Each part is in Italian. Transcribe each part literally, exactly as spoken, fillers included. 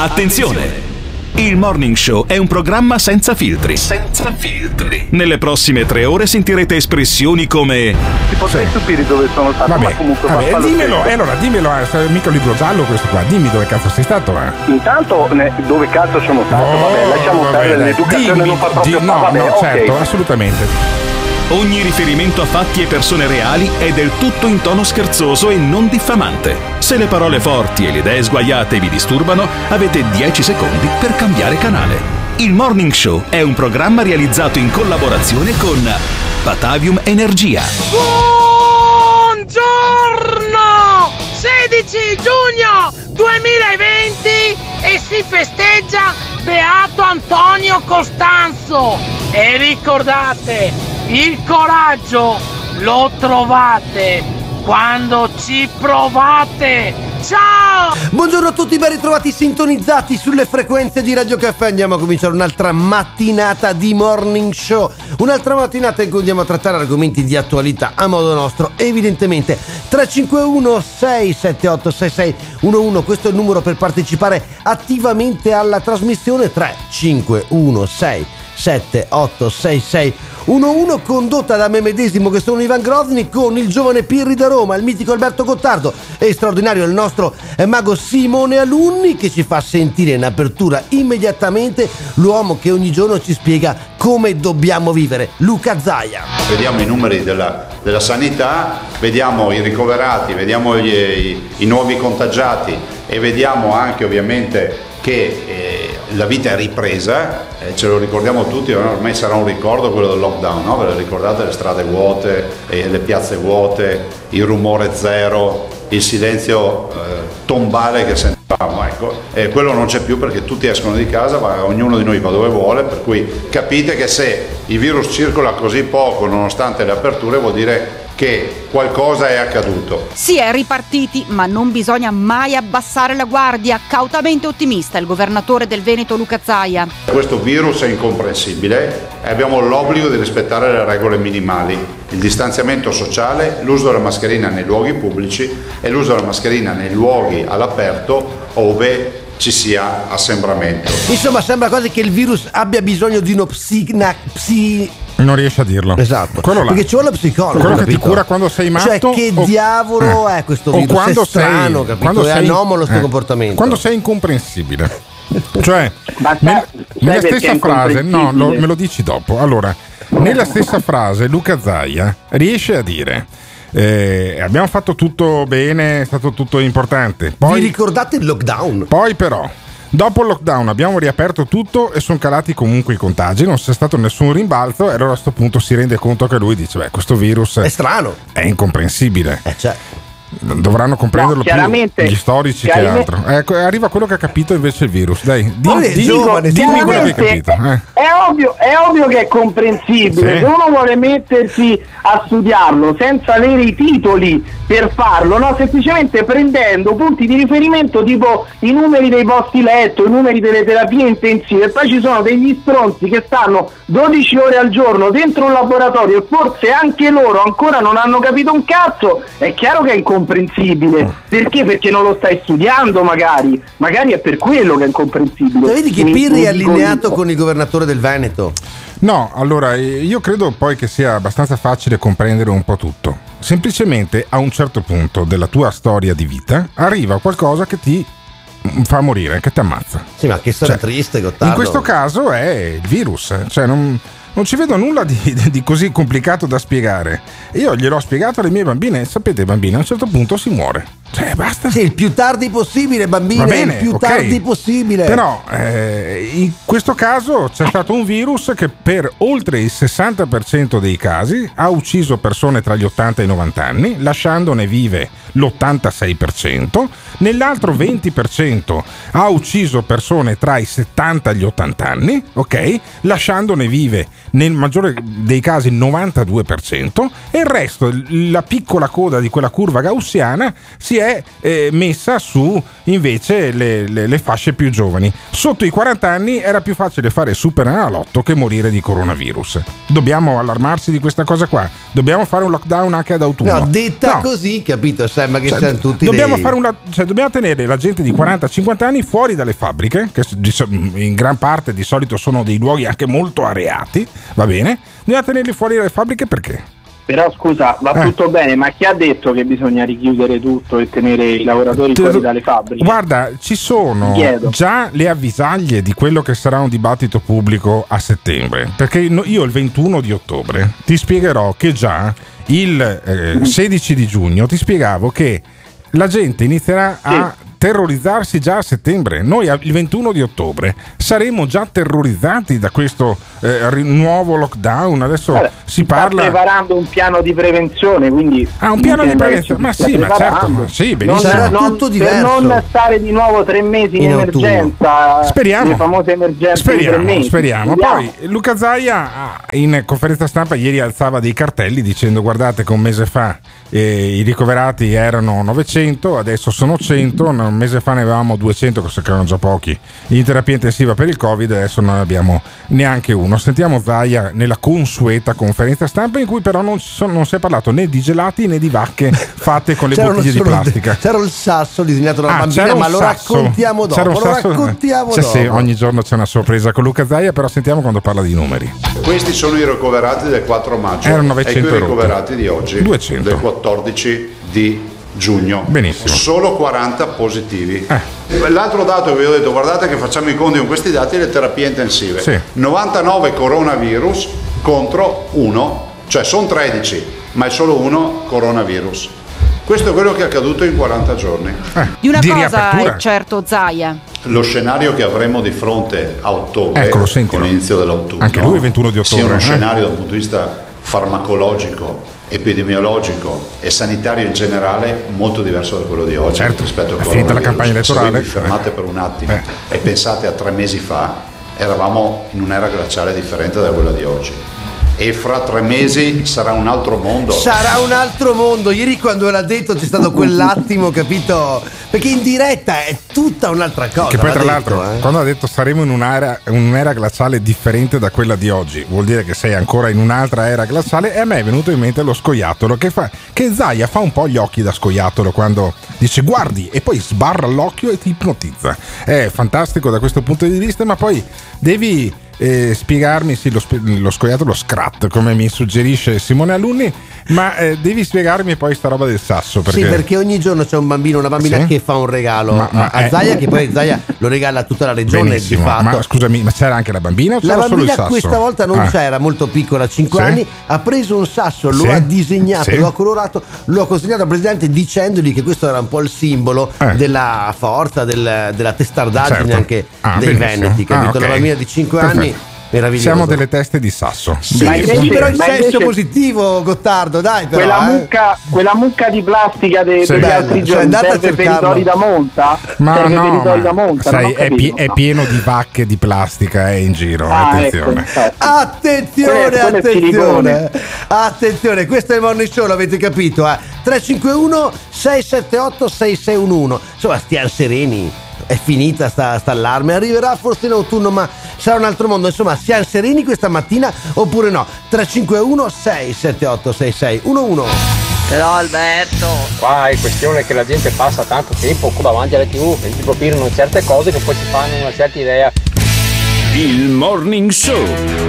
Attenzione! Il Morning Show è un programma senza filtri. Senza filtri. Nelle prossime tre ore sentirete espressioni come: ti potrei stupire dove sono stato, vabbè, ma comunque vabbè, dimmelo, eh, allora dimmelo, è mica un libro giallo questo qua, dimmi dove cazzo sei stato. Eh. Intanto ne, dove cazzo sono stato, oh, vabbè, lasciamo stare l'educazione, dimmi, non fa proprio di, no, vabbè, no, okay. certo, assolutamente. Ogni riferimento a fatti e persone reali è del tutto in tono scherzoso e non diffamante. Se le parole forti e le idee sguaiate vi disturbano, avete dieci secondi per cambiare canale. Il Morning Show è un programma realizzato in collaborazione con Batavium Energia. Buongiorno! sedici giugno duemilaventi e si festeggia Beato Antonio Costanzo. E ricordate, il coraggio lo trovate quando ci provate. Ciao! Buongiorno a tutti, ben ritrovati sintonizzati sulle frequenze di Radio Caffè. Andiamo a cominciare un'altra mattinata di Morning Show. Un'altra mattinata in cui andiamo a trattare argomenti di attualità a modo nostro, evidentemente. Tre cinque uno sei sette otto sei sei uno uno, questo è il numero per partecipare attivamente alla trasmissione. Tre cinque uno sei sette otto sei sei uno uno, condotta da me medesimo che sono Ivan Grozny, con il giovane Pirri da Roma, il mitico Alberto Gottardo e straordinario il nostro mago Simone Alunni, che ci fa sentire in apertura immediatamente l'uomo che ogni giorno ci spiega come dobbiamo vivere, Luca Zaia. Vediamo i numeri della, della sanità, vediamo i ricoverati, vediamo gli, i, i nuovi contagiati e vediamo anche ovviamente che eh, la vita è ripresa, eh, ce lo ricordiamo tutti, ormai sarà un ricordo quello del lockdown, no? Ve lo ricordate, le strade vuote, eh, le piazze vuote, il rumore zero, il silenzio eh, tombale che sentivamo, ecco, e quello non c'è più perché tutti escono di casa, ma ognuno di noi va dove vuole, per cui capite che se il virus circola così poco nonostante le aperture vuol dire che qualcosa è accaduto. Si è ripartiti, ma non bisogna mai abbassare la guardia. Cautamente ottimista il governatore del Veneto Luca Zaia. Questo virus è incomprensibile e abbiamo l'obbligo di rispettare le regole minimali: il distanziamento sociale, l'uso della mascherina nei luoghi pubblici e l'uso della mascherina nei luoghi all'aperto ove ci sia assembramento. Insomma, sembra quasi che il virus abbia bisogno di uno psina, psi... Non riesce a dirlo. Esatto. Quello là. Perché ci vuole lo psicologo. Quello capito? che ti cura quando sei matto. Cioè, che o... diavolo eh. è questo virus? O quando è strano, sei, capito? quando è sei, anomalo sto eh. comportamento. Quando sei incomprensibile. Cioè, Ma nel, sai nella perché stessa è frase, no, incomprensibile? lo, me lo dici dopo. Allora, nella stessa frase Luca Zaia riesce a dire: eh, abbiamo fatto tutto bene, è stato tutto importante. Poi, vi ricordate il lockdown? Poi però dopo il lockdown abbiamo riaperto tutto e sono calati comunque i contagi, non c'è stato nessun rimbalzo, e allora a questo punto si rende conto che lui dice: beh, questo virus è strano, è incomprensibile. Eh, cioè. Dovranno comprenderlo no, più gli storici che altro. Ecco, arriva quello che ha capito invece il virus. Dai, dimmi, dimmi, giovane, dimmi quello che hai capito. Eh. È ovvio, è ovvio che è comprensibile. Sì. Se uno vuole mettersi a studiarlo senza avere i titoli per farlo, no? Semplicemente prendendo punti di riferimento tipo i numeri dei posti letto, i numeri delle terapie intensive, e poi ci sono degli stronzi che stanno dodici ore al giorno dentro un laboratorio e forse anche loro ancora non hanno capito un cazzo. È chiaro che è incomprensibile. Perché? Perché non lo stai studiando, magari magari è per quello che è incomprensibile. Ma vedi che Mi- Pirri mi è allineato dico- con il governatore del Veneto. No, allora io credo poi che sia abbastanza facile comprendere un po' tutto. Semplicemente a un certo punto della tua storia di vita arriva qualcosa che ti fa morire, che ti ammazza. Sì, ma che storia Cioè, triste, Gottardo. in questo caso è il virus, cioè non, non ci vedo nulla di, di così complicato da spiegare. Io gliel'ho spiegato alle mie bambine, sapete bambine, a un certo punto si muore. Cioè basta. Sì, il più tardi possibile, bambine, Va bene, il più ok. tardi possibile. Però eh, in questo caso c'è stato un virus che per oltre il sessanta per cento dei casi ha ucciso persone tra gli ottanta e i novanta anni, lasciandone vive l'ottantasei per cento. Nell'altro venti per cento ha ucciso persone tra i settanta e gli ottanta anni, ok? Lasciandone vive nel maggiore dei casi il novantadue per cento, e il resto, la piccola coda di quella curva gaussiana, si è è eh, messa su invece le, le, le fasce più giovani. Sotto i quaranta anni era più facile fare Super Enalotto che morire di coronavirus. Dobbiamo allarmarci di questa cosa qua? Dobbiamo fare un lockdown anche ad autunno? No, detta No. così, capito? Sembra che Cioè, siano tutti dobbiamo, dei... fare una, cioè, dobbiamo tenere la gente di quaranta cinquanta anni fuori dalle fabbriche, che in gran parte di solito sono dei luoghi anche molto areati, va bene? Dobbiamo tenerli fuori dalle fabbriche perché? Però scusa, va Eh. tutto bene, ma chi ha detto che bisogna richiudere tutto e tenere i lavoratori fuori dalle fabbriche? Guarda, ci sono Chiedo. già le avvisaglie di quello che sarà un dibattito pubblico a settembre, perché no- io il ventuno di ottobre ti spiegherò che già il eh, sedici di giugno ti spiegavo che la gente inizierà a terrorizzarsi già a settembre. Noi il ventuno di ottobre saremo già terrorizzati da questo eh, ri- nuovo lockdown. Adesso Vabbè, si sta parla preparando un piano di prevenzione, quindi Ah, un piano mi di sembra che prevenzione, ci ma stia sì, ma certo, preparando. ma sì, Non- benissimo. Sarà non- tutto per diverso. non stare di nuovo tre mesi in, In autunno. emergenza, Speriamo. le famose emergenze di tre Speriamo, mesi. speriamo. Vediamo. Poi Luca Zaia ah, in conferenza stampa ieri alzava dei cartelli dicendo: guardate che un mese fa eh, i ricoverati erano novecento, adesso sono cento, un mese fa ne avevamo duecento, che erano già pochi in terapia intensiva per il Covid, adesso non ne abbiamo neanche uno. Sentiamo Zaia nella consueta conferenza stampa, in cui però non, ci sono- non si è parlato né di gelati né di vacche fatte con le C'erano bottiglie di solo- plastica. C'era il sasso disegnato da una Ah, bambina, c'era un ma lo sasso. raccontiamo dopo. C'era un Lo sasso- raccontiamo Sì, dopo. sì, ogni giorno c'è una sorpresa con Luca Zaia, però sentiamo quando parla di numeri. Questi sono i ricoverati del quattro maggio Erano e novecento qui i rotti. ricoverati di oggi, duecento. del quattordici di giugno. Benissimo. Solo quaranta positivi. Eh. L'altro dato che vi ho detto, guardate che facciamo i conti con questi dati, le terapie intensive. Sì. novantanove coronavirus contro uno, cioè sono tredici, ma è solo uno coronavirus. Questo è quello che è accaduto in quaranta giorni. Eh, Di una di cosa riapertura. è certo, Zaia. Lo scenario che avremo di fronte a ottobre, Eccolo, sentilo. con l'inizio dell'autunno, Anche lui il ventuno di ottobre, sia uno eh? scenario dal punto di vista farmacologico, epidemiologico e sanitario in generale molto diverso da quello di oggi. Certo, rispetto al è finita la coronavirus. campagna elettorale. Se voi vi fermate per un attimo Eh. e pensate a tre mesi fa, eravamo in un'era glaciale differente da quella di oggi. E fra tre mesi sarà un altro mondo. Sarà un altro mondo. Ieri quando l'ha detto c'è stato quell'attimo, capito? Perché in diretta è tutta un'altra cosa. Che poi l'ha tra detto, l'altro eh. quando ha detto saremo in un'era, un'era glaciale differente da quella di oggi, vuol dire che sei ancora in un'altra era glaciale. E a me è venuto in mente lo scoiattolo che fa, che Zaia fa un po' gli occhi da scoiattolo quando dice guardi e poi sbarra l'occhio e ti ipnotizza. È fantastico da questo punto di vista, ma poi devi eh, spiegarmi sì, lo, sp- lo scoiattolo scrat come mi suggerisce Simone Alunni, ma eh, devi spiegarmi poi sta roba del sasso perché, Sì, perché ogni giorno c'è un bambino, una bambina Sì? che fa un regalo Ma- ma a è- Zaia, che poi Zaia lo regala a tutta la regione di benissimo, fatto. ma scusami, ma c'era anche la bambina o La c'era solo il bambina sasso? questa volta non Ah. c'era, molto piccola, cinque Sì? anni, ha preso un sasso, lo Sì? ha disegnato, Sì? lo ha colorato, lo ha consegnato al presidente dicendogli che questo era un po' il simbolo Eh. della forza, del- della testardaggine Certo. anche Ah, dei benissimo. Veneti, capito? Ah, ok. Una bambina di cinque Perfetto. anni, meraviglioso. Siamo delle teste di sasso. Sì, Ma sì, invece- però in ma senso invece- positivo, Gottardo, dai però. Quella, eh. mucca, quella mucca di plastica de- Sì. degli Bella, altri cioè, giorni andate a serve per i cercarlo. tori da monta? Ma serve per no, i tori ma da monta? sai, non ho è, pi- capito, è no. pieno di vacche di plastica eh, in giro. Ah, attenzione. ecco, infatti. Attenzione, Quello è- quello è attenzione, silicone. attenzione, questo è il Morning Show, l'avete capito, eh? tre cinque uno sei sette otto sei sei uno uno. Insomma, stiamo sereni, è finita sta, sta allarme, arriverà forse in autunno, ma sarà un altro mondo. Insomma, siamo sereni questa mattina oppure no? tre cinque uno sei sette otto sei sei uno uno. Però Alberto, Qua è questione che la gente passa tanto tempo davanti alla tivù e ti propinano certe cose che poi si fanno una certa idea. Il Morning Show.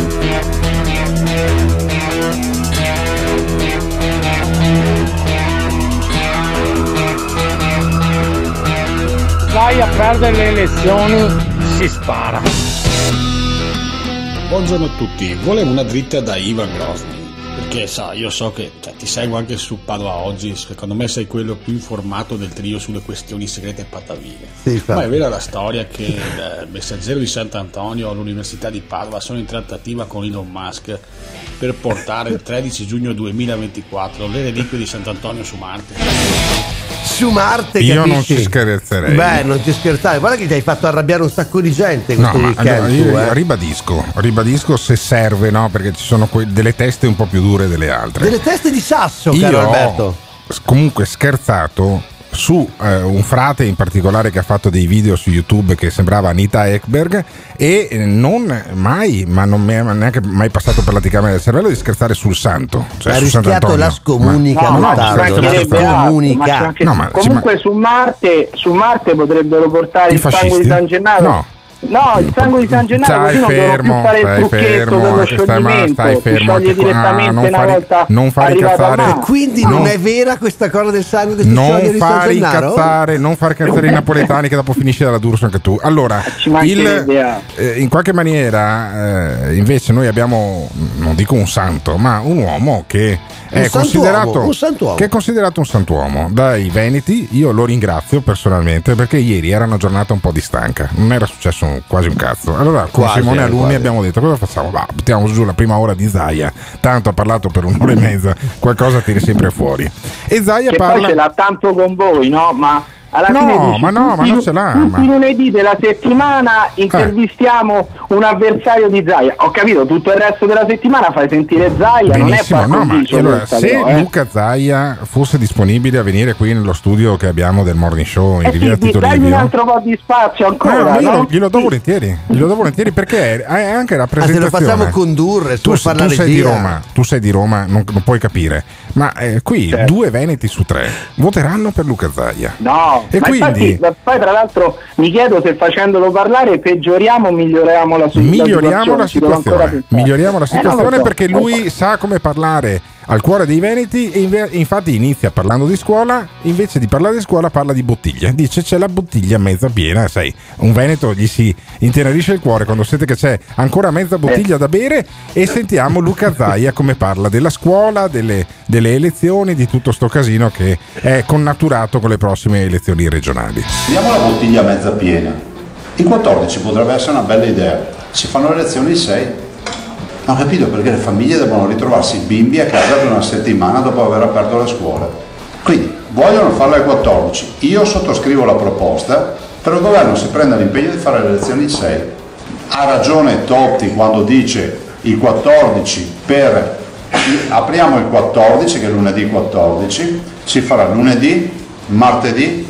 Vai a perdere le elezioni, si spara. Buongiorno a tutti, volevo una dritta da Ivan Grosny, perché sa, io so che cioè, ti seguo anche su Padova Oggi, secondo me sei quello più informato del trio sulle questioni segrete patavine. Sì, fa. Ma è vera la storia che il messaggero di Sant'Antonio all'Università di Padova sono in trattativa con Elon Musk per portare il tredici giugno duemilaventiquattro le reliquie di Sant'Antonio su Marte? Su Marte, Io capisci? non ci scherzerei. Beh, non ti scherzare, guarda che ti hai fatto arrabbiare un sacco di gente No, questo ma weekend. allora, tu, io eh. ribadisco, ribadisco se serve, no? Perché ci sono que- delle teste un po' più dure delle altre. Delle teste di sasso, Io caro ho Alberto. s- comunque scherzato su eh, un frate in particolare che ha fatto dei video su YouTube che sembrava Anita Ekberg, e non mai, ma non mi è neanche mai passato per la camera del cervello di scherzare sul santo, cioè ha su rischiato la scomunica, no, no, no, la scomunica. No, ma comunque su Marte, su Marte potrebbero portare I il sangue fascisti? di San Gennaro. No. No, il sangue di San Gennaro, Stai così non devono fermo, più fare il stai trucchetto fermo, dello che stai, ma scioglimento, stai si fermo, scioglie anche qua. direttamente Ah, non una fare- volta non fare arrivato a incazzare. mano. E quindi No. non è vera questa cosa del sangue che si scioglie Non di San fare Gennaro? incazzare, non far cazzare i napoletani che dopo finisci dalla D'Urso anche tu. Allora, Ci mancherebbe il, altro. eh, in qualche maniera eh, invece noi abbiamo, non dico un santo, ma un uomo che è Un considerato santuomo, un santuomo. che è considerato un santuomo dai veneti. Io lo ringrazio personalmente perché ieri era una giornata un po' di stanca, non era successo un- quasi un cazzo. Allora con Quasi, Simone eh, Alunni quasi. abbiamo detto cosa facciamo? Va, buttiamo giù la prima ora di Zaia, tanto ha parlato per un'ora e mezza, qualcosa tiri sempre fuori. E Zaia Che parla poi ce l'ha tanto con voi, no? Ma alla No, fine dici, ma no, tutti ma non i- ce l'ha, Tutti ma- i lunedì della settimana intervistiamo un avversario di Zaia. Ho capito, tutto il resto della settimana fai sentire Zaia, non è benissimo, par no, ma condicio allora, questa, se però, eh. Luca Zaia fosse disponibile a venire qui nello studio che abbiamo del Morning Show in Eh Riviera sì, Tito dagli un Livio, altro po' di spazio ah, ancora, ma io no? lo- glielo do volentieri, glielo do volentieri perché è anche Ah, se rappresentazione. lo facciamo condurre, tu, su fare la tu sei di regia. Roma, tu sei di Roma, non, non puoi capire, ma eh, qui Certo. due veneti su tre voteranno per Luca Zaia. No, E ma quindi- infatti, poi tra l'altro mi chiedo se facendolo parlare peggioriamo o miglioriamo la, su- Miglioriamo la situazione. Ci devo ancora situazione, pensare. miglioriamo la Eh, non lo situazione so. perché lui sa come parlare al cuore dei veneti e inve- infatti inizia parlando di scuola, invece di parlare di scuola parla di bottiglie, dice c'è la bottiglia mezza piena, sai, un veneto gli si intenerisce il cuore quando sente che c'è ancora mezza bottiglia da bere. E sentiamo Luca Zaia come parla della scuola, delle, delle elezioni, di tutto sto casino che è connaturato con le prossime elezioni regionali. Vediamo la bottiglia mezza piena. Il quattordici potrebbe essere una bella idea. Si fanno le elezioni il sei. Non ho capito perché le famiglie devono ritrovarsi i bimbi a casa per una settimana dopo aver aperto le scuole. Quindi vogliono farla il quattordici. Io sottoscrivo la proposta, però il governo si prende l'impegno di fare le elezioni il sei. Ha ragione Totti quando dice il quattordici per... Apriamo il quattordici, che è lunedì quattordici, si farà lunedì, martedì,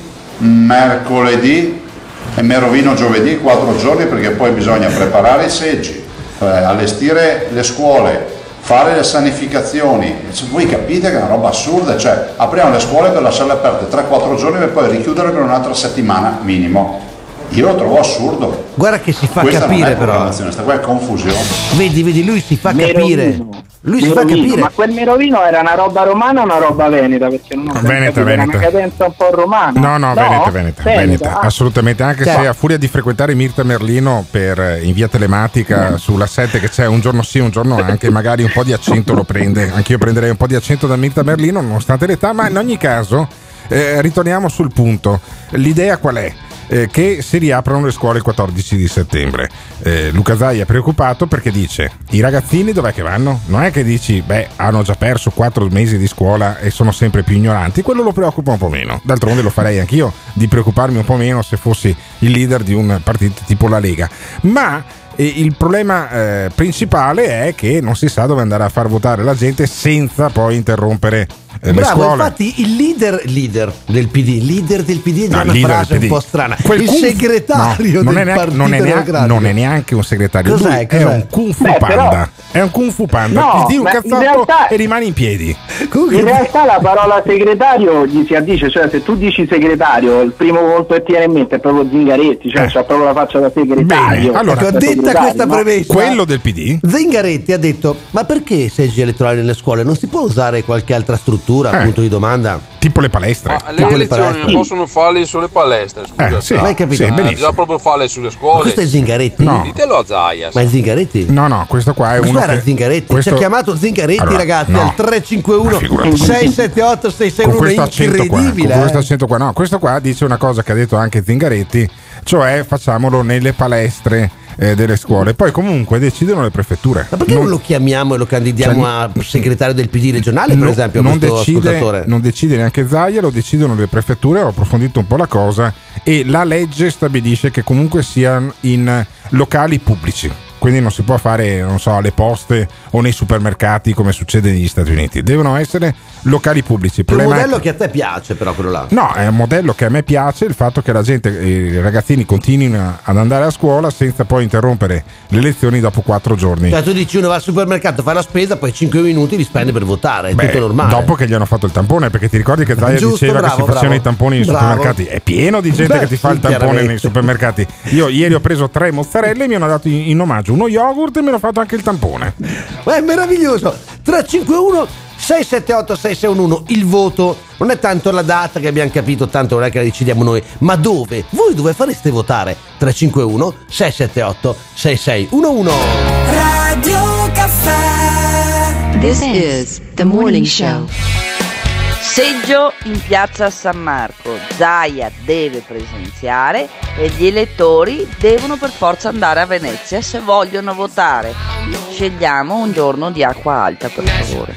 mercoledì e Merovino giovedì, quattro giorni, perché poi bisogna preparare i seggi, eh, allestire le scuole, fare le sanificazioni. Cioè, voi capite che è una roba assurda, cioè apriamo le scuole per lasciarle aperte tre quattro giorni e poi richiudere per un'altra settimana minimo. Io lo trovo assurdo. Guarda che si fa Questa capire non è però. programmazione, sta qua è confusione. Vedi, vedi, lui si fa Merovino. capire. Lui si fa Merovino, capire. Ma quel Merovino era una roba romana o una roba veneta? Perché non ho ben Veneta, capito, era veneta. una cadenza un po' romana. No, no, Veneta, Veneta, Veneta, Ah. assolutamente, anche Cioè- se a furia di frequentare Mirta Merlino per, eh, in via telematica sulla sette, che c'è un giorno sì, un giorno anche, magari un po' di accento lo prende, anch'io prenderei un po' di accento da Mirta Merlino nonostante l'età, ma in ogni caso eh, ritorniamo sul punto. L'idea qual è? Eh, che si riaprono le scuole il quattordici di settembre. eh, Luca Zaia è preoccupato perché dice i ragazzini dov'è che vanno? Non è che dici beh hanno già perso quattro mesi di scuola e sono sempre più ignoranti, quello lo preoccupa un po' meno, d'altronde lo farei anch'io di preoccuparmi un po' meno se fossi il leader di un partito tipo la Lega, ma e il problema eh, principale è che non si sa dove andare a far votare la gente senza poi interrompere eh, le Bravo, scuole. infatti il leader, leader del P D, leader del P D è già No, una leader frase del P D. un po' strana. Quel il kung- segretario no, non del è neanche, Partito non è neanche, Democratico. non è neanche un segretario. Cos'è, Lui è cos'è? un kung fu Beh, panda. però- È un kung fu panda. No, Ti di un ma in cazzotto realtà- e rimani in piedi. Comunque- In realtà la parola segretario gli si addice, cioè se tu dici segretario, il primo volto che ti viene in mente è proprio Zingaretti, cioè Eh. c'ha proprio la faccia da segretario. Bene, allora, Da Ecco, detta segretario, questa no? premessa, Quello del P D? Zingaretti ha detto: ma perché seggi elettorali nelle scuole? Non si può usare qualche altra struttura? Eh. Punto di domanda. Tipo le palestre. Ma le Tipo le elezioni palestre. non possono farle sulle palestre, scusa. Eh, sì, Ma hai capito? sì, Ah, benissimo. Bisogna proprio farle sulle Ma scuole. questo è Zingaretti? No. Ditelo a Zaia. Ma è Zingaretti? No, no, questo qua è Questo uno era che Zingaretti, questo- ci ha chiamato Zingaretti, Allora, ragazzi, no. al tre cinque uno Ma figurati. sei sette otto sei sei con uno, questo accento qua, con incredibile. questo eh. accento qua, no, questo qua dice una cosa che ha detto anche Zingaretti, cioè facciamolo nelle palestre eh, delle scuole. Poi comunque decidono le prefetture. Ma perché non, lo chiamiamo e lo candidiamo a segretario del P D regionale, per No, esempio, non questo decide, ascoltatore? non decide neanche Zaia, lo decidono le prefetture. Ho approfondito un po' la cosa e la legge stabilisce che comunque siano in locali pubblici. quindi non si può fare, non so, alle poste o nei supermercati come succede negli Stati Uniti. Devono essere locali pubblici. Il È un problema modello è che a te piace, però quello là. No, è un modello che a me piace, il fatto che la gente, i ragazzini continuino ad andare a scuola senza poi interrompere le lezioni dopo quattro giorni. Cioè tu dici uno va al supermercato, fa la spesa, poi cinque minuti li spende per votare, è Beh, tutto normale. dopo che gli hanno fatto il tampone, perché ti ricordi che Zaia Giusto, diceva bravo, che si facevano bravo. i tamponi nei Bravo. supermercati? È pieno di gente Beh, che ti fa sì, il tampone chiaramente. nei supermercati. Io ieri ho preso tre mozzarelle e mi hanno dato in, in omaggio uno yogurt e mi hanno fatto anche il tampone. Ma è meraviglioso. tre cinque uno sei sette otto sei sei uno uno. Il voto non è tanto la data che abbiamo capito, tanto non è che la decidiamo noi, ma dove? Voi dove fareste votare? tre cinque uno sei sette otto sei sei uno uno. Radio Caffè. This is the morning show. Seggio in piazza San Marco, Zaia deve presenziare e gli elettori devono per forza andare a Venezia se vogliono votare. Scegliamo un giorno di acqua alta, per favore.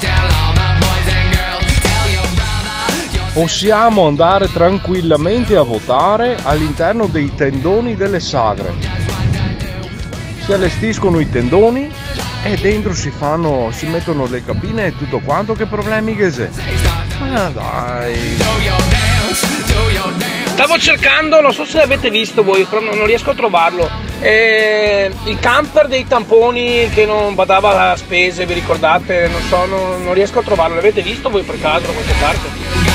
Possiamo andare tranquillamente a votare all'interno dei tendoni delle sagre. Si allestiscono i tendoni e dentro si fanno, si mettono le cabine e tutto quanto, che problemi che c'è? Ma dai. Stavo cercando, non so se l'avete visto voi, però non riesco a trovarlo. Eh, il camper dei tamponi che non badava a spese, vi ricordate? Non so, non, non riesco a trovarlo. L'avete visto voi per caso da queste parti?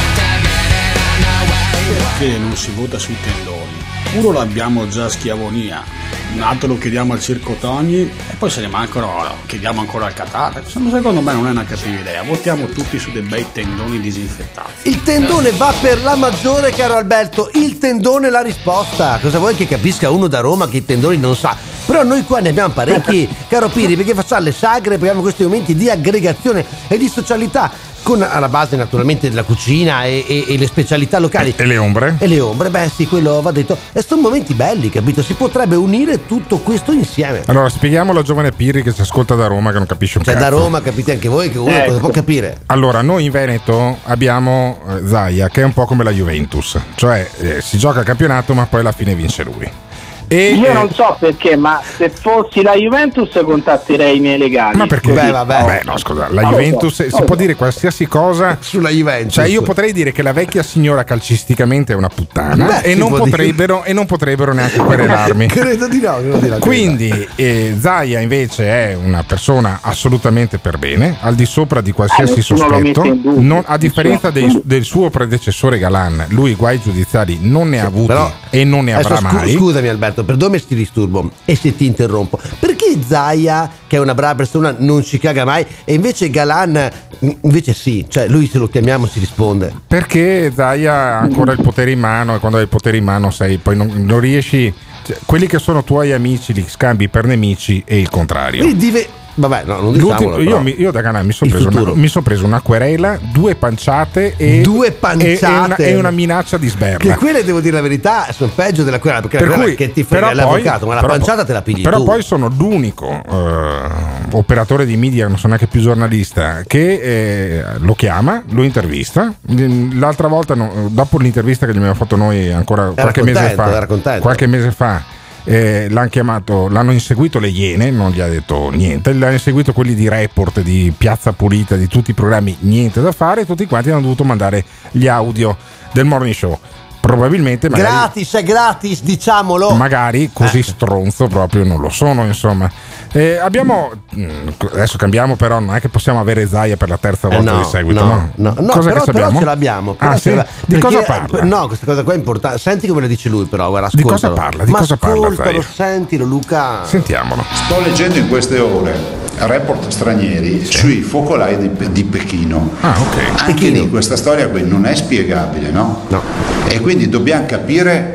Perché non si vota sui tendoni? Uno l'abbiamo già a Schiavonia, un altro lo chiediamo al Circo Togni e poi se ne mancano lo chiediamo ancora al Qatar. Secondo me non è una cattiva idea, votiamo tutti su dei bei tendoni disinfettati. Il tendone va per la maggiore, caro Alberto. Il tendone è la risposta. Cosa vuoi che capisca uno da Roma che i tendoni non sa? Però noi qua ne abbiamo parecchi, caro Piri, perché facciamo le sagre, perché abbiamo questi momenti di aggregazione e di socialità, con alla base naturalmente della cucina e, e, e le specialità locali. E le ombre? E le ombre, beh sì, quello va detto. E sono momenti belli, capito? Si potrebbe unire tutto questo insieme. Allora spieghiamolo al giovane Pirri che ci ascolta da Roma, che non capisce un Cioè cazzo. da Roma capite anche voi che uno Ecco. cosa può capire. Allora, noi in Veneto abbiamo eh, Zaia, che è un po' come la Juventus, cioè eh, si gioca il campionato ma poi alla fine vince lui. E, Io eh, non so perché, ma se fossi la Juventus contatterei i miei legali. Ma perché? Così. Beh, vabbè. Vabbè, no, scusa, la Non lo Juventus so, si non lo può so. dire qualsiasi cosa sulla Juventus. Cioè, io potrei dire che la vecchia signora calcisticamente è una puttana. Beh, e, si non può potrebbero, e non potrebbero neanche querelarmi. Credo di no, credo di no. Quindi eh, Zaia invece è una persona assolutamente per bene, al di sopra di qualsiasi Eh, nessuno lo sospetto. mette in dubbio. Non- a differenza Nessuno. dei- del suo predecessore Galan, lui guai giudiziari non ne ha avuti Però- e non ne avrà Adesso scu- mai. Scusami Alberto, perdonami se ti disturbo e se ti interrompo. Perché Zaia, che è una brava persona, non ci caga mai e invece Galan invece sì, cioè lui se lo chiamiamo si risponde. Perché Zaia ha ancora il potere in mano e quando hai il potere in mano sei, poi non, non riesci, cioè, quelli che sono tuoi amici li scambi per nemici e il contrario. Quindi dive- Vabbè, no, non L'ultimo- diciamolo. io, però. mi- io da Galan mi sono Il preso, una- futuro. mi son preso una querela, due panciate e, Due e- e panciate. una, e una minaccia di sberla. Che quelle, devo dire la verità, sono peggio della querela, perché Per la querela cui- che ti frega però l'avvocato, poi- ma la però- panciata te la pigli Però tu. poi sono l'unico eh, operatore di media, non sono neanche più giornalista, che eh, lo chiama, lo intervista. L'altra volta, no, dopo l'intervista che gli abbiamo fatto noi ancora Era qualche mese contento, fa, era contento. qualche mese fa. Eh, l'hanno chiamato, l'hanno inseguito le Iene, non gli ha detto niente, l'hanno inseguito quelli di Report, di Piazza Pulita, di tutti i programmi, niente da fare, tutti quanti hanno dovuto mandare gli audio del morning show. Probabilmente magari, Gratis, è gratis, diciamolo. magari così Eh. stronzo proprio non lo sono, insomma. Eh, abbiamo mh, adesso cambiamo, però non è che possiamo avere Zaia per la terza Eh, volta no, di seguito, no, no? no, no, Cosa però, che però sappiamo? ce l'abbiamo. però Ah, ce sì? l'abbiamo. Di cosa Perché- parla? No, questa cosa qua è importante. Senti come lo dice lui, però. Guarda, Di cosa ascoltalo. parla? Di Ma cosa parla, ascoltalo, Zaia? sentilo, Luca. Sentiamolo. Sto leggendo in queste ore report stranieri sui focolai di, di Pechino. Ah, ok. Anche Pechino. lì questa storia qui non è spiegabile, no? No. E quindi dobbiamo capire.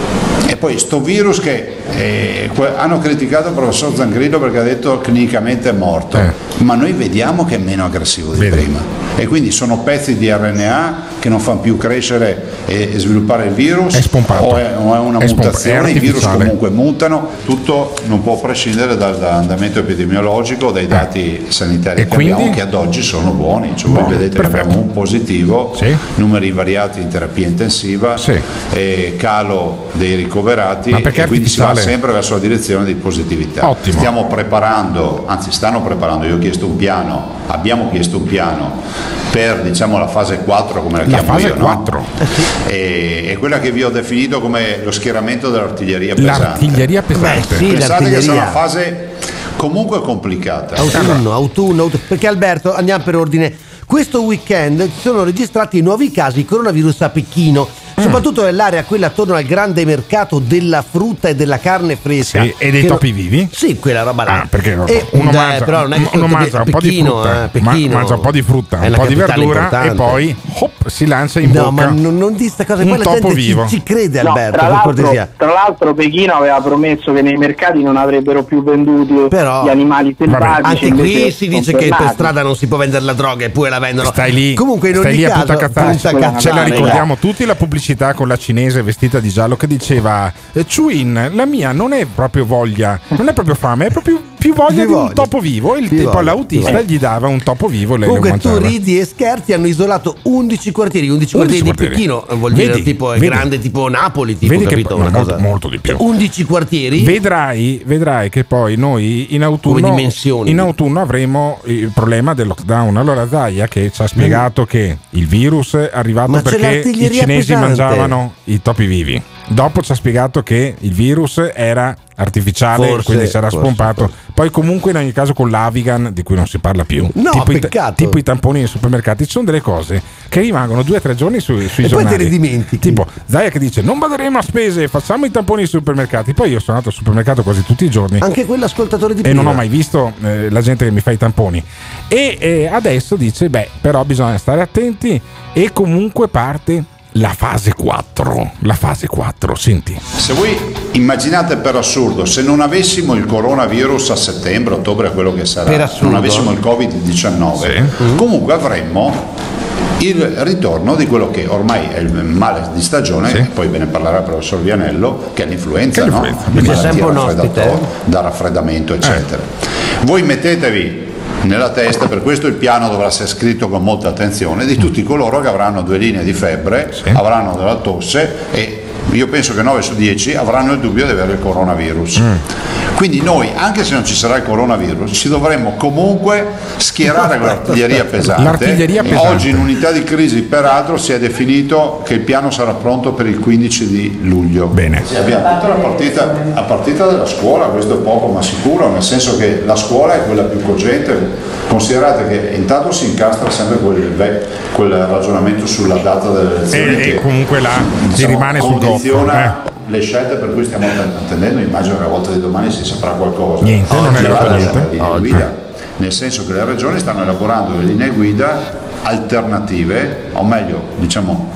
E poi sto virus che eh, que- hanno criticato il professor Zangrillo perché ha detto clinicamente è morto. Eh. ma noi vediamo che è meno aggressivo di Vedi. prima, e quindi sono pezzi di R N A che non fanno più crescere e, e sviluppare il virus, È spompato. o è, o è una È spomp- mutazione, è i virus artificiale. comunque mutano, tutto non può prescindere dal, dall'andamento epidemiologico, dai dati sanitari E che quindi? abbiamo, che ad oggi sono buoni, cioè Buoni, voi vedete perfetto. che abbiamo un positivo, Sì. numeri invariati in terapia intensiva, Sì. e calo dei ricoverati, Ma perché e quindi si va artificiale? sempre verso la direzione di positività. Ottimo. Stiamo preparando, anzi stanno preparando, io ho chiesto un piano, abbiamo chiesto un piano per, diciamo, la fase quattro, come la La chiamo fase io, no? quattro. E, e quella che vi ho definito come lo schieramento dell'artiglieria pesante. L'artiglieria pesante. Beh, sì, Pensate che sia l'artiglieria. una fase comunque complicata. Autunno, autunno, autunno. Perché Alberto, andiamo per ordine. Questo weekend si sono registrati nuovi casi di coronavirus a Pechino, soprattutto nell'area quella attorno al grande mercato della frutta e della carne fresca. Sì, e dei Che topi no- vivi? Sì, quella roba là. Ah, perché E- uno dai, mangia, però non è che uno tutto mangia un po' di Pechino, frutta, eh, ma- Pechino mangia un po' di frutta, è un una po' di capitale verdura importante. e poi hop, si lancia in No, bocca ma non, non di sta cosa, un poi la topo gente ci, vivo. ci crede, No, Alberto, tra, per l'altro, cortesia. tra l'altro Pechino aveva promesso che nei mercati non avrebbero più venduto Però- gli animali selvatici. Anche qui invece si sono dice che per tornati. strada non si può vendere la droga e poi la vendono. Stai lì, Comunque in stai ogni lì a caso, punta cazzata. punta Quella cazzata. Ce la Natale, ricordiamo tutti la pubblicità con la cinese vestita di giallo che diceva eh, Chewin, la mia non è proprio voglia, non è proprio fame, è proprio più voglia Più di un voglia. topo vivo. E il Più tipo voglia, all'autista più voglia. gli dava un topo vivo e lei lo Comunque tu mangiava. ridi e scherzi, hanno isolato undici quartieri, undici undici quartieri di quartieri. Pechino, vuol dire Vedi, tipo è vedi. grande tipo Napoli, tipo, Vedi che capito? no, Una molto, cosa- molto di più. undici quartieri. Vedrai, vedrai che poi noi in Come autunno, dimensioni. in autunno avremo il problema del lockdown. Allora Zaia che ci ha spiegato che il virus è arrivato Ma c'è perché i l'artiglieria cinesi pesante. mangiavano i topi vivi. Dopo ci ha spiegato che il virus era artificiale, Forse, quindi si era forse, spompato. forse. Poi comunque in ogni caso con l'Avigan, di cui non si parla più, No, tipo, i, peccato. tipo i tamponi nei supermercati, ci sono delle cose che rimangono due o tre giorni su- sui E poi giornali. te le dimentichi. Tipo Zaia che dice non baderemo a spese, facciamo i tamponi nei supermercati. Poi io sono andato al supermercato quasi tutti i giorni Anche quell'ascoltatore di e prima. non ho mai visto eh, la gente che mi fa i tamponi. E eh, adesso dice beh, però bisogna stare attenti, e comunque parte la fase quattro. La fase quattro, senti. Se voi immaginate per assurdo, se non avessimo il coronavirus a settembre, ottobre, quello che sarà, Per assurdo. non avessimo il covid diciannove, comunque avremmo il ritorno di quello che ormai è il male di stagione, Sì. e poi ve ne parlerà il professor Vianello, che è l'influenza, Che è no? l'influenza. Le C'è malattie sempre un ospite, raffreddato- eh? da raffreddamento, eccetera. Voi mettetevi nella testa, per questo il piano dovrà essere scritto con molta attenzione, di tutti coloro che avranno due linee di febbre, Sì. avranno della tosse, e io penso che nove su dieci avranno il dubbio di avere il coronavirus. Quindi noi, anche se non ci sarà il coronavirus, ci dovremmo comunque schierare con l'artiglieria pesante. L'artiglieria pesante. Oggi in unità di crisi, peraltro, si è definito che il piano sarà pronto per il quindici di luglio. Bene. Sì, abbiamo tutta la partita, la partita della scuola, questo è poco ma sicuro, nel senso che la scuola è quella più cogente. Considerate che intanto si incastra sempre quel, ve- quel ragionamento sulla data delle elezioni E, che e comunque là si diciamo, rimane sul goffo. condiziona eh. le scelte per cui stiamo attendendo. Immagino che a volta di domani si saprà qualcosa. Niente, non è Oggi arrivato vale niente. le linee guida, nel senso che le regioni stanno elaborando le linee guida alternative, o meglio, diciamo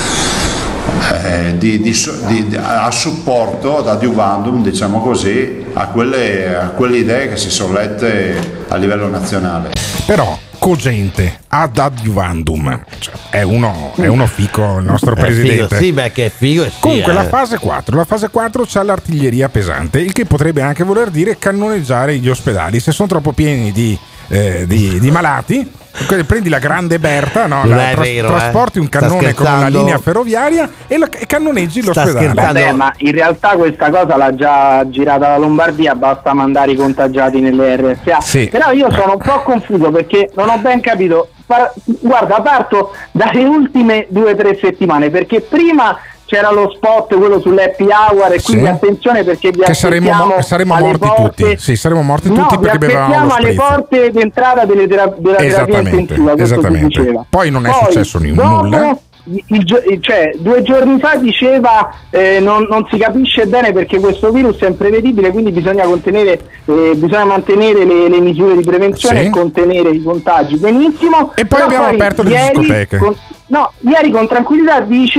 eh, di, di, di, di- a supporto, ad adiuvandum, diciamo così, a quelle, a quelle idee che si sono lette a livello nazionale. Però cogente ad adiuvandum, cioè, è uno è uno fico il nostro È presidente. figo, sì, beh, che è figo. Sì, Comunque eh. la fase quattro, la fase quattro c'ha l'artiglieria pesante, il che potrebbe anche voler dire cannoneggiare gli ospedali se sono troppo pieni di, eh, di, di malati. Prendi la grande Berta, no? Non La- è tras- vero, trasporti eh. un Sta cannone con una scherzando. linea ferroviaria e, la- e cannoneggi Sta l'ospedale. scherzando. Vabbè, ma in realtà questa cosa l'ha già girata la Lombardia, basta mandare i contagiati nelle R S A. Sì. Però io sono un po' confuso perché non ho ben capito. Par- Guarda, parto dalle ultime due o tre settimane, perché prima c'era lo spot, quello sull'happy hour, e quindi Sì. attenzione perché vi Che saremmo, aspettiamo mo- saremmo alle morti porte- tutti. Sì, saremmo morti No, tutti vi perché bevevamo lo aspettiamo alle spritz. porte d'entrata delle tera- della terapia Esattamente, intensiva, questo si esattamente. diceva. Poi non è successo ni- dopo, nulla. il- il gio- cioè, due giorni fa diceva eh, non, non si capisce bene perché questo virus è imprevedibile, quindi bisogna contenere eh, bisogna mantenere le, le misure di prevenzione Sì. e contenere i contagi. Benissimo. E poi Però abbiamo aperto le ieri discoteche. con- no, ieri con tranquillità dice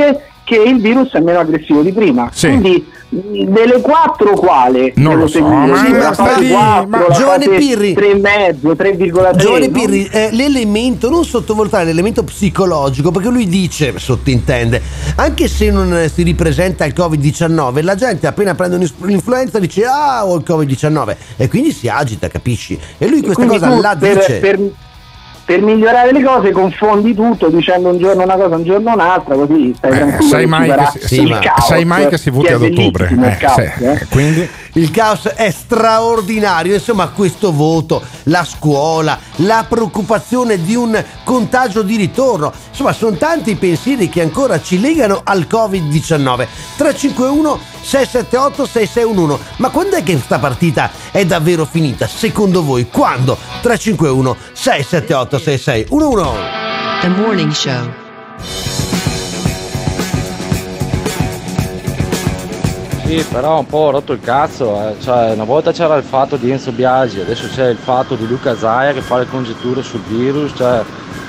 che il virus è meno aggressivo di prima. Sì. Quindi delle quattro quale non lo so, ma, sì, la fase lì, quattro, ma la Giovanni fase Pirri, tre virgola cinque, tre virgola tre. Giovanni no? Pirri, eh, l'elemento, non sottovalutare l'elemento psicologico, perché lui dice, sottintende, anche se non si ripresenta il covid diciannove, la gente appena prende un'influenza dice ah ho il covid diciannove e quindi si agita, capisci? E lui questa Quindi cosa tu la per, dice per, per migliorare le cose confondi tutto dicendo un giorno una cosa un giorno un'altra, così stai Eh, tranquillo. sai che mai ci sarà che si- il ma- caos, sai mai che si voti è ad ottobre, bellissimo il eh, caos, sì, eh. quindi il caos è straordinario, insomma questo voto, la scuola, la preoccupazione di un contagio di ritorno, insomma sono tanti i pensieri che ancora ci legano al covid diciannove. Tre cinque uno sei sette otto sei sei uno uno, ma quando è che questa partita è davvero finita secondo voi? Quando? Tre cinque uno sei sette otto sei sei uno uno. The Morning Show. Sì, però un po' ho rotto il cazzo, eh. Cioè, una volta c'era il fatto di Enzo Biagi, adesso c'è il fatto di Luca Zaia che fa le congetture sul virus, cioè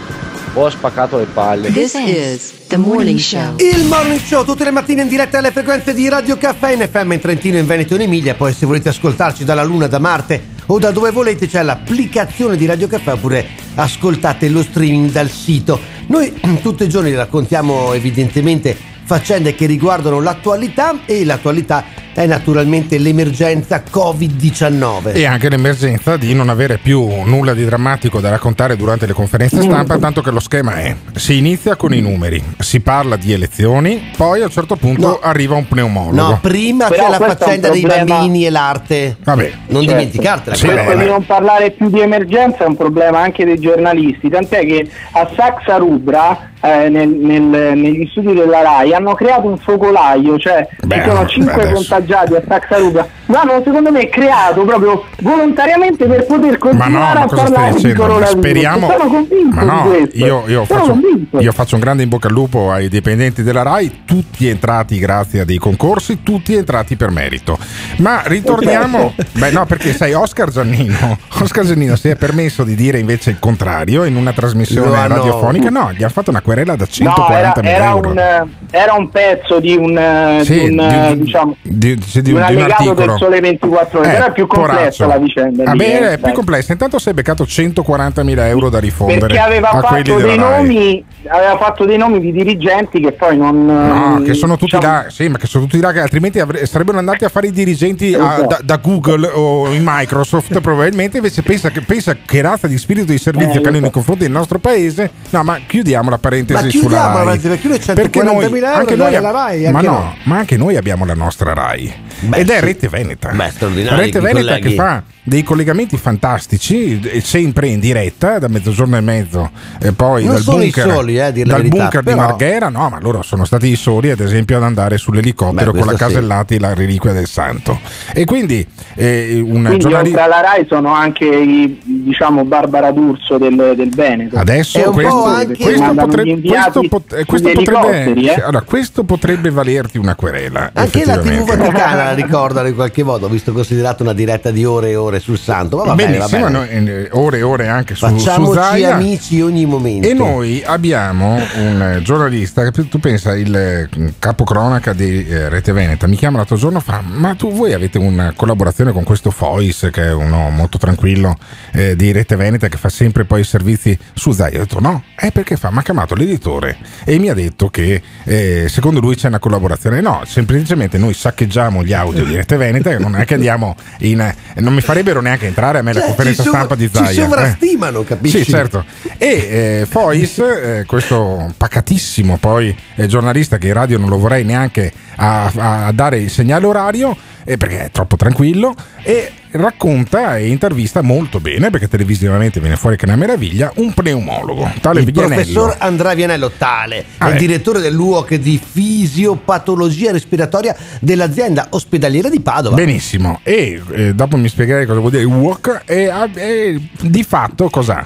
un po' spaccato le palle. This is The Morning Show. Il Morning Show tutte le mattine in diretta alle frequenze di Radio Caffè in F M in Trentino, in Veneto e in Emilia. Poi se volete ascoltarci dalla Luna, da Marte o da dove volete c'è l'applicazione di Radio Caffè, oppure ascoltate lo streaming dal sito. Noi tutti i giorni raccontiamo evidentemente faccende che riguardano l'attualità, e l'attualità è naturalmente l'emergenza covid diciannove e anche l'emergenza di non avere più nulla di drammatico da raccontare durante le conferenze stampa, tanto che lo schema è: si inizia con i numeri, si parla di elezioni, poi a un certo punto No. arriva un pneumologo. No, prima Però c'è la questo è un faccenda dei problema- bambini e l'arte. Vabbè, Non Certo. dimenticartela. Sì, quella. beh, Questo ma- di non parlare più di emergenza è un problema anche dei giornalisti, tant'è che a Saxa Rubra, eh, nel- nel- negli studi della RAI, hanno creato un focolaio, cioè Beh, ci sono beh, cinque adesso. contagiati a Saxa Rubra, l'hanno secondo me creato proprio volontariamente per poter Ma continuare no, ma a cosa stai parlare di dicendo? Ma coronavirus. speriamo. Sono convinto Ma no, di questo. io, io, Sono faccio, convinto. io faccio un grande in bocca al lupo ai dipendenti della RAI, tutti entrati grazie a dei concorsi, tutti entrati per merito. Ma ritorniamo. Beh, no, perché sai, Oscar Giannino, Oscar Giannino si è permesso di dire invece il contrario in una trasmissione Lo hanno- radiofonica. No, gli ha fatto una querela da No, era, centoquarantamila era, euro. un, era un pezzo di un, Sì, di un, di un- diciamo, di- sì, di di un un- di un allegato del articolo. Sole ventiquattro Ore, Eh, però è più complessa poraccio. la vicenda. Ah, lì, beh, eh, è più dai. complessa. Intanto si è beccato centoquarantamila euro da rifondere Perché aveva a quelli fatto della dei RAI. nomi, aveva fatto dei nomi di dirigenti che poi non. No, che sono tutti diciamo, là, sì, ma che sono tutti là che altrimenti avre- sarebbero andati a fare i dirigenti a- Esatto. da, da Google o in Microsoft, probabilmente. Invece pensa che, pensa che razza di spirito di servizio Eh, che hanno lo so. nei confronti del nostro paese. No, ma chiudiamo la parentesi Ma sulla chiudiamo la RAI. parentesi, perché noi Perché noi, centoquarantamila euro anche dare noi, alla RAI, ma anche no, noi. ma anche noi abbiamo la nostra RAI. Beh, ed è sì. Rete Veneta. Beh, straordinario, Rete i Veneta colleghi. che fa dei collegamenti fantastici, e sempre in diretta da mezzogiorno e mezzo, e poi Non dal sono i bunker, soli, eh, a dire la dal verità, bunker di però- Marghera. No, ma loro sono stati i soli, ad esempio, ad andare sull'elicottero Beh, con la questo sì. Casellati e la reliquia del santo. E quindi eh, un Quindi giornalista. oltre alla RAI sono anche i, diciamo, Barbara D'Urso del, del Veneto. Adesso È un questo, po' anche- questo mandano gli potrebbe, inviati questo pot- eh, questo sugli potrebbe, elicotteri, eh. allora, questo potrebbe valerti una querela. Anche la tivù effettivamente. vaticana la ricordano in qualche modo, visto considerato una diretta di ore e ore sul santo. Ma va bene, va Benissimo, bene. noi, eh, ore e ore anche su, su Facciamoci Zaia. amici ogni momento. E noi abbiamo un eh, giornalista che tu pensa, il eh, capocronaca di eh, Rete Veneta mi chiama l'altro giorno, fa: ma tu voi avete una collaborazione con questo Fois, che è uno molto tranquillo eh, di Rete Veneta, che fa sempre poi i servizi su Zaia? Ho detto no, è perché fa, mi ha chiamato l'editore e mi ha detto che eh, secondo lui c'è una collaborazione. No, semplicemente noi saccheggiamo gli audio di Rete Veneta, che non è che andiamo in, non mi farebbero neanche entrare a me la Cioè, conferenza ci sov- stampa di ci Zaia. sovrastimano, capisci? Sì, certo. E eh, Fois, eh, questo pacatissimo poi eh, giornalista che in radio non lo vorrei neanche a, a dare il segnale orario, eh, perché è troppo tranquillo, e racconta e intervista molto bene, perché televisivamente viene fuori che è una meraviglia, un pneumologo, tale Il Viganello. professor Andrea Vianello, tale, Ah, è il eh. direttore dell'U O C di fisiopatologia respiratoria dell'azienda ospedaliera di Padova. Benissimo, e eh, dopo mi spiegherai cosa vuol dire W O C e, e di fatto cos'ha.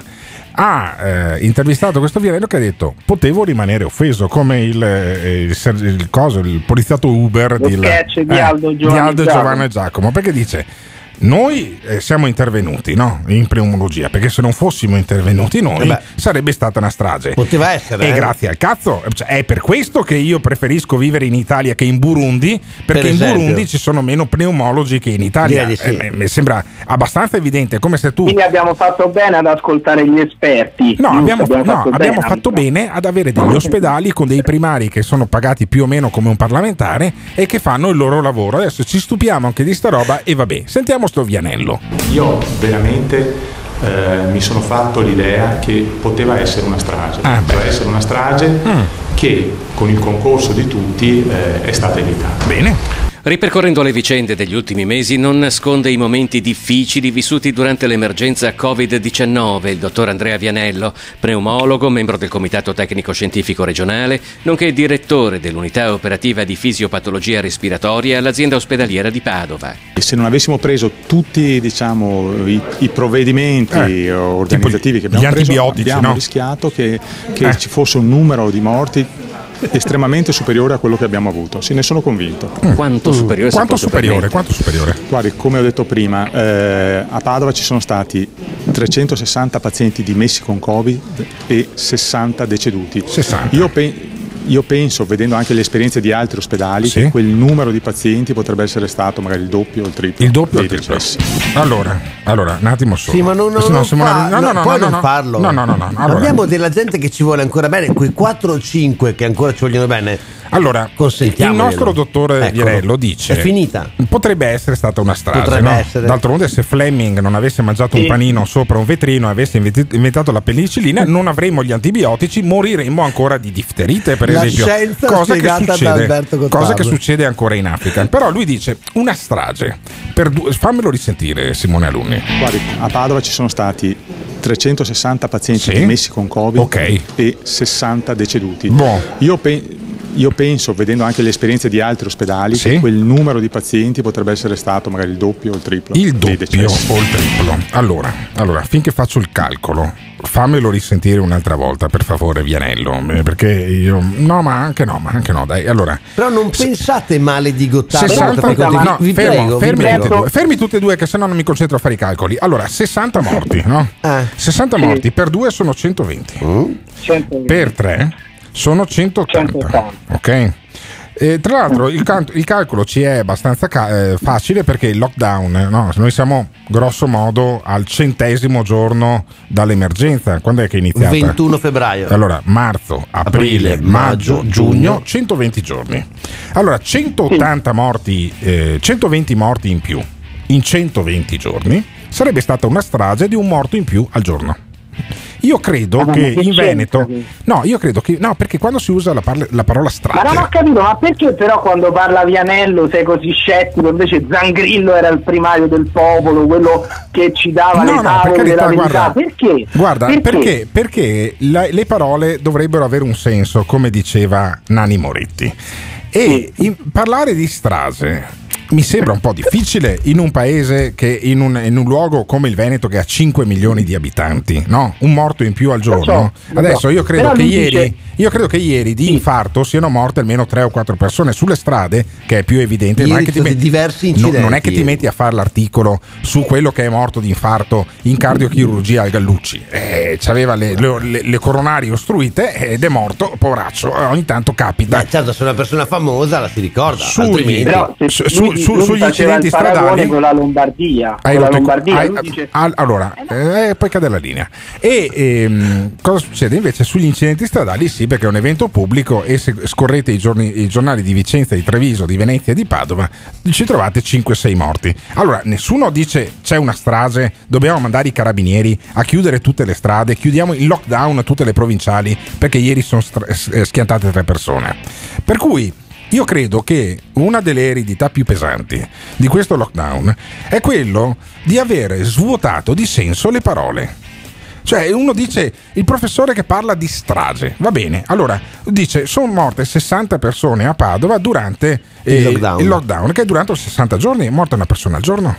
Ha eh, intervistato questo Vianello che ha detto: potevo rimanere offeso, come il, eh, il, ser- il coso, il poliziotto Uber Lo di, sketch di Aldo Giovanni di Aldo e Giacomo. Giovanni e Giacomo, perché dice: noi eh, siamo intervenuti, no? In pneumologia, perché se non fossimo intervenuti noi eh sarebbe stata una strage. Poteva essere. E eh? grazie al cazzo, cioè, è per questo che io preferisco vivere in Italia che in Burundi, perché Per in esempio. Burundi ci sono meno pneumologi che in Italia. Direi di sì. Eh, mi sembra abbastanza evidente, come se tu... Quindi abbiamo fatto bene ad ascoltare gli esperti. No, giusto? abbiamo, no, fatto, abbiamo bene, fatto bene ad avere degli ospedali con dei primari che sono pagati più o meno come un parlamentare e che fanno il loro lavoro. Adesso ci stupiamo anche di sta roba e vabbè, sentiamo sto Vianello. Io veramente eh, mi sono fatto l'idea che poteva essere una strage, Ah, poteva essere una strage Mm. che con il concorso di tutti eh, è stata evitata. Bene. Ripercorrendo le vicende degli ultimi mesi non nasconde i momenti difficili vissuti durante l'emergenza covid diciannove. Il dottor Andrea Vianello, pneumologo, membro del Comitato Tecnico Scientifico Regionale, nonché direttore dell'unità operativa di fisiopatologia respiratoria all'azienda ospedaliera di Padova. E se non avessimo preso tutti, diciamo, i, i provvedimenti Eh, organizzativi che abbiamo gli preso, antibiotici, abbiamo no? rischiato che, che Eh. ci fosse un numero di morti estremamente superiore a quello che abbiamo avuto. Sì, ne sono convinto. Quanto superiore? se Quanto posso superiore? permettere? Quanto superiore? Guardi, come ho detto prima, eh, a Padova ci sono stati trecentosessanta pazienti dimessi con Covid e sessanta deceduti. sessanta. Io, pe- io penso, vedendo anche le esperienze di altri ospedali, Sì. che quel numero di pazienti potrebbe essere stato magari il doppio o il triplo. Il doppio o dei il triplo? decessi. Allora, allora, un attimo solo. Sì, ma non, non, No, non siamo- fa- no, no, no, no, puoi no, non no. farlo. No, no, no, no. Allora, Abbiamo della gente che ci vuole ancora bene, quei quattro o cinque che ancora ci vogliono bene. Allora, il Consentiamoglielo. nostro dottore Eccolo. Vianello dice: È finita. potrebbe essere stata una strage, Potrebbe no? essere. D'altronde, se Fleming non avesse mangiato un Sì. panino sopra un vetrino e avesse inventi- inventato la penicillina, non avremmo gli antibiotici, moriremmo ancora di difterite, per La esempio. scienza Cosa che, spiegata da succede, Alberto Gottardo. cosa che succede ancora in Africa. Però lui dice: una strage. Per due, fammelo risentire, Simone Alunni. Guardi, a Padova ci sono stati trecentosessanta pazienti Sì. dimessi con Covid Ok. e sessanta deceduti. Boh. Io, pe- io penso, vedendo anche le esperienze di altri ospedali, Sì. che quel numero di pazienti potrebbe essere stato magari il doppio o il triplo. Il dei doppio decessi. o il triplo. Allora, allora, finché faccio il calcolo, fammelo risentire un'altra volta, per favore, Vianello. eh, Perché io. No, ma anche no, ma anche no, dai. Allora. Però non pensate male di Gottardo. sessanta perché ma- no, vi fermo, prego, vi fermi, prego. tutti e due, fermi tutti e due, che sennò non mi concentro a fare i calcoli. Allora, sessanta morti, no? Eh. sessanta Sì. morti per due sono centoventi. centoventi. Per tre sono centottanta. centottanta. Ok. E tra l'altro il, can- il calcolo ci è abbastanza ca- eh, facile, perché il lockdown, eh, no? Noi siamo grosso modo al centesimo giorno dall'emergenza. Quando è che è iniziata? ventuno febbraio. Allora, marzo, aprile, Aprile, maggio, maggio, giugno, giugno. centoventi giorni. Allora, centottanta morti, eh, centoventi morti in più in centoventi giorni sarebbe stata una strage di un morto in più al giorno. Io credo Ma che che in c'entra Veneto, qui? no, io credo che, no, perché quando si usa la, parla- la parola strage, Ma non ho capito, ma perché però quando parla Vianello sei così scettico? Invece Zangrillo era il primario del popolo, quello che ci dava No, le no, tavole per carità, della verità. guarda, Perché? Guarda, perché, perché la- le parole dovrebbero avere un senso, come diceva Nani Moretti. E in- parlare di strage mi sembra un po' difficile in un paese che, in un, in un luogo come il Veneto, che ha cinque milioni di abitanti, no? Un morto in più al giorno. so, lo Adesso so. io credo Però che lui ieri, dice- io credo che ieri di infarto siano morte almeno tre o quattro persone sulle strade, che è più evidente. Non è Ieri che ti sono metti- diversi no, incidenti. non è che ti ieri. metti a fare l'articolo su quello che è morto di infarto in cardiochirurgia al Gallucci. Eh, c'aveva le, le, le- le coronarie ostruite ed è morto, poveraccio. Eh, Ogni tanto capita. Beh, certo, se una persona famosa la si ricorda. Sugli- altrimenti- Però se Su- su- lui, su- lui sugli faceva incidenti il paragone stradali- con la Lombardia, Hai con la rotto i co- Lombardia hai- lui dice al- allora, eh, poi cade la linea. E ehm, cosa succede invece sugli incidenti stradali? Sì, perché è un evento pubblico, e se scorrete i, giorni- i giornali di Vicenza, di Treviso, di Venezia e di Padova, ci trovate cinque sei morti. Allora, nessuno dice c'è una strage, dobbiamo mandare i carabinieri a chiudere tutte le strade, chiudiamo in lockdown tutte le provinciali perché ieri sono stra- eh, schiantate tre persone. Per cui io credo che una delle eredità più pesanti di questo lockdown è quello di avere svuotato di senso le parole. Cioè, uno dice, il professore che parla di strage, va bene, allora dice sono morte sessanta persone a Padova durante eh, Il lockdown. il lockdown, che è durato sessanta giorni, è morta una persona al giorno.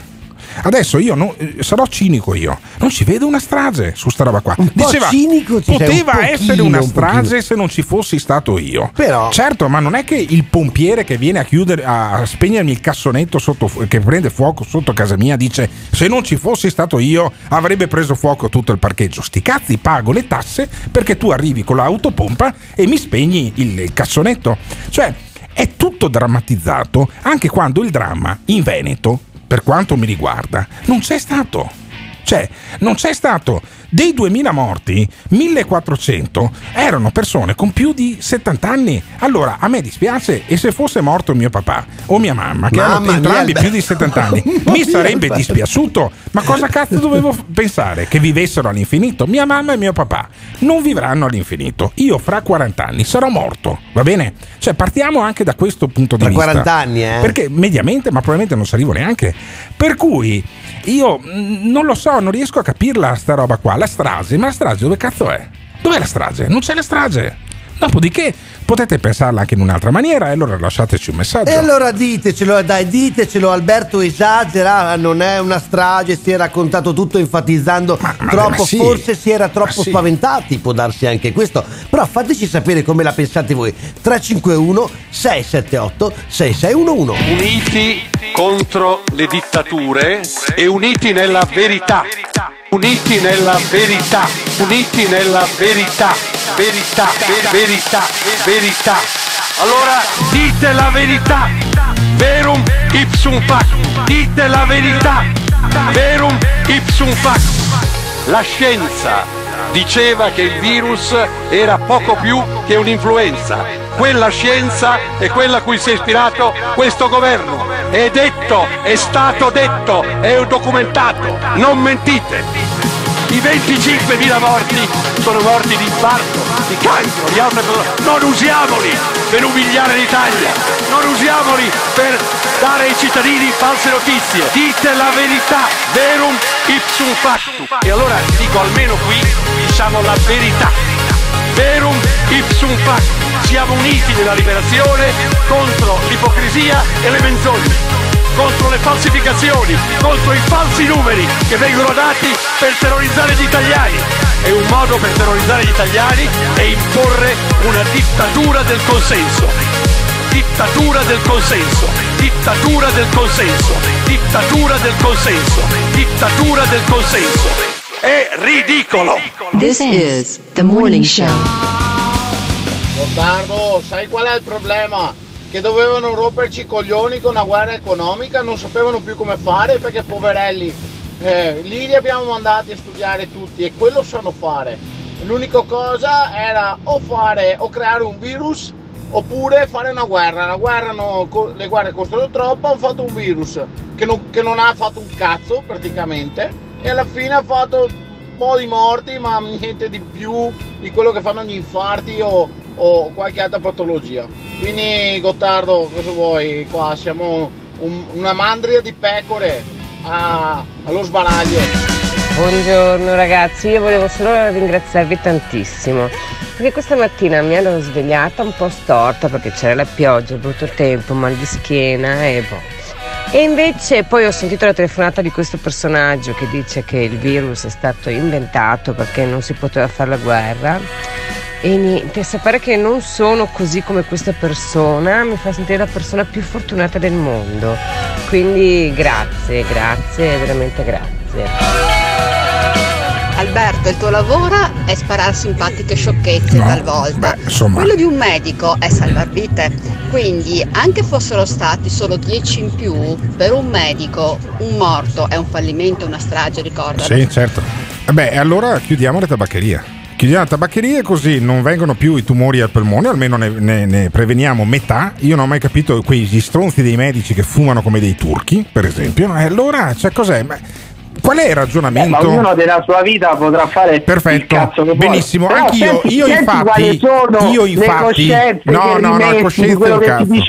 Adesso io non, sarò cinico io, non ci vedo una strage su sta roba qua. Un po' Diceva, cinico ci sei, poteva un pochino, essere una un strage pochino. se non ci fossi stato io. Però certo, ma non è che il pompiere che viene a chiudere, a spegnermi il cassonetto sotto, che prende fuoco sotto casa mia, dice se non ci fossi stato io avrebbe preso fuoco tutto il parcheggio. Sti cazzi, pago le tasse perché tu arrivi con l'autopompa e mi spegni il, il cassonetto. Cioè è tutto drammatizzato, anche quando il dramma in Veneto, per quanto mi riguarda, non c'è stato. Cioè, non c'è stato. Dei duemila morti, millequattrocento erano persone con più di settanta anni. Allora, a me dispiace, e se fosse morto mio papà o mia mamma, che Mamma hanno entrambi mia, più di settanta anni, mi sarebbe Alberto. dispiaciuto. Ma cosa cazzo dovevo pensare? Che vivessero all'infinito? Mia mamma e mio papà non vivranno all'infinito. Io fra quaranta anni sarò morto, va bene? Cioè, partiamo anche da questo punto di Tra vista. quaranta anni, eh? Perché mediamente, ma probabilmente non ci arrivo neanche. Per cui io mh, non lo so, non riesco a capirla sta roba qua. La strage, ma la strage dove cazzo è? Dov'è la strage? Non c'è la strage. Dopodiché potete pensarla anche in un'altra maniera e allora lasciateci un messaggio. E allora ditecelo, dai, ditecelo. Alberto esagera, non è una strage, si è raccontato tutto enfatizzando ma- troppo, ma sì. forse si era troppo Ma sì. spaventati, può darsi anche questo. Però fateci sapere come la pensate voi. tre cinque uno sei sette otto sei sei uno uno. Uniti contro le dittature e uniti nella verità. Uniti nella verità, uniti nella verità, verità, ver- verità, verità. Allora dite la verità, verum ipsum fac, dite la verità, verum ipsum fac. La scienza diceva che il virus era poco più che un'influenza. Quella scienza è quella a cui si è ispirato questo governo. È detto, è stato detto, è documentato. Non mentite. I venticinquemila morti sono morti di infarto, di cancro, di altre persone. Non usiamoli per umiliare l'Italia. Non usiamoli per dare ai cittadini false notizie. Dite la verità. Verum ipsum factum. E allora dico, almeno qui diciamo la verità. Verum ipsum factum. Siamo uniti nella liberazione contro l'ipocrisia e le menzogne, contro le falsificazioni, contro i falsi numeri che vengono dati per terrorizzare gli italiani. E un modo per terrorizzare gli italiani è imporre una dittatura del consenso. Dittatura del consenso, dittatura del consenso, dittatura del consenso, dittatura del consenso. È ridicolo! This is the morning show. Gottardo, sai qual è il problema? Che dovevano romperci i coglioni con una guerra economica, non sapevano più come fare perché poverelli, eh, lì li abbiamo mandati a studiare tutti e quello sanno fare. L'unica cosa era o fare o creare un virus oppure fare una guerra. La guerra no, le guerre costano troppo, hanno fatto un virus che non, che non ha fatto un cazzo praticamente e alla fine ha fatto un po' di morti ma niente di più di quello che fanno gli infarti o o qualche altra patologia. Quindi Gottardo, cosa vuoi? Qua siamo un, una mandria di pecore a, allo sbaraglio. Buongiorno ragazzi, io volevo solo ringraziarvi tantissimo perché questa mattina mi ero svegliata un po' storta perché c'era la pioggia, brutto tempo, mal di schiena e boh. E invece poi ho sentito la telefonata di questo personaggio che dice che il virus è stato inventato perché non si poteva fare la guerra. E niente, sapere che non sono così come questa persona mi fa sentire la persona più fortunata del mondo. Quindi grazie, grazie, veramente grazie. Alberto, il tuo lavoro è sparare simpatiche sciocchezze No, talvolta. beh, insomma. Quello di un medico è salvar vite. Quindi, anche fossero stati solo dieci in più, per un medico un morto è un fallimento, una strage, ricordalo. Sì, certo. Beh, allora chiudiamo le tabaccherie. Chiudiamo le tabaccherie così non vengono più i tumori al polmone, almeno ne, ne, ne preveniamo metà. Io non ho mai capito quegli stronzi dei medici che fumano come dei turchi, per esempio. E allora, cioè, cos'è? Ma qual è il ragionamento? Eh, ma ognuno della sua vita potrà fare perfetto, il cazzo che benissimo. vuole. Anch'io, Senti, io senti infatti, quali sono io le infatti, coscienze no, che no, no, rimessi coscienze di quello un che cazzo. ti dice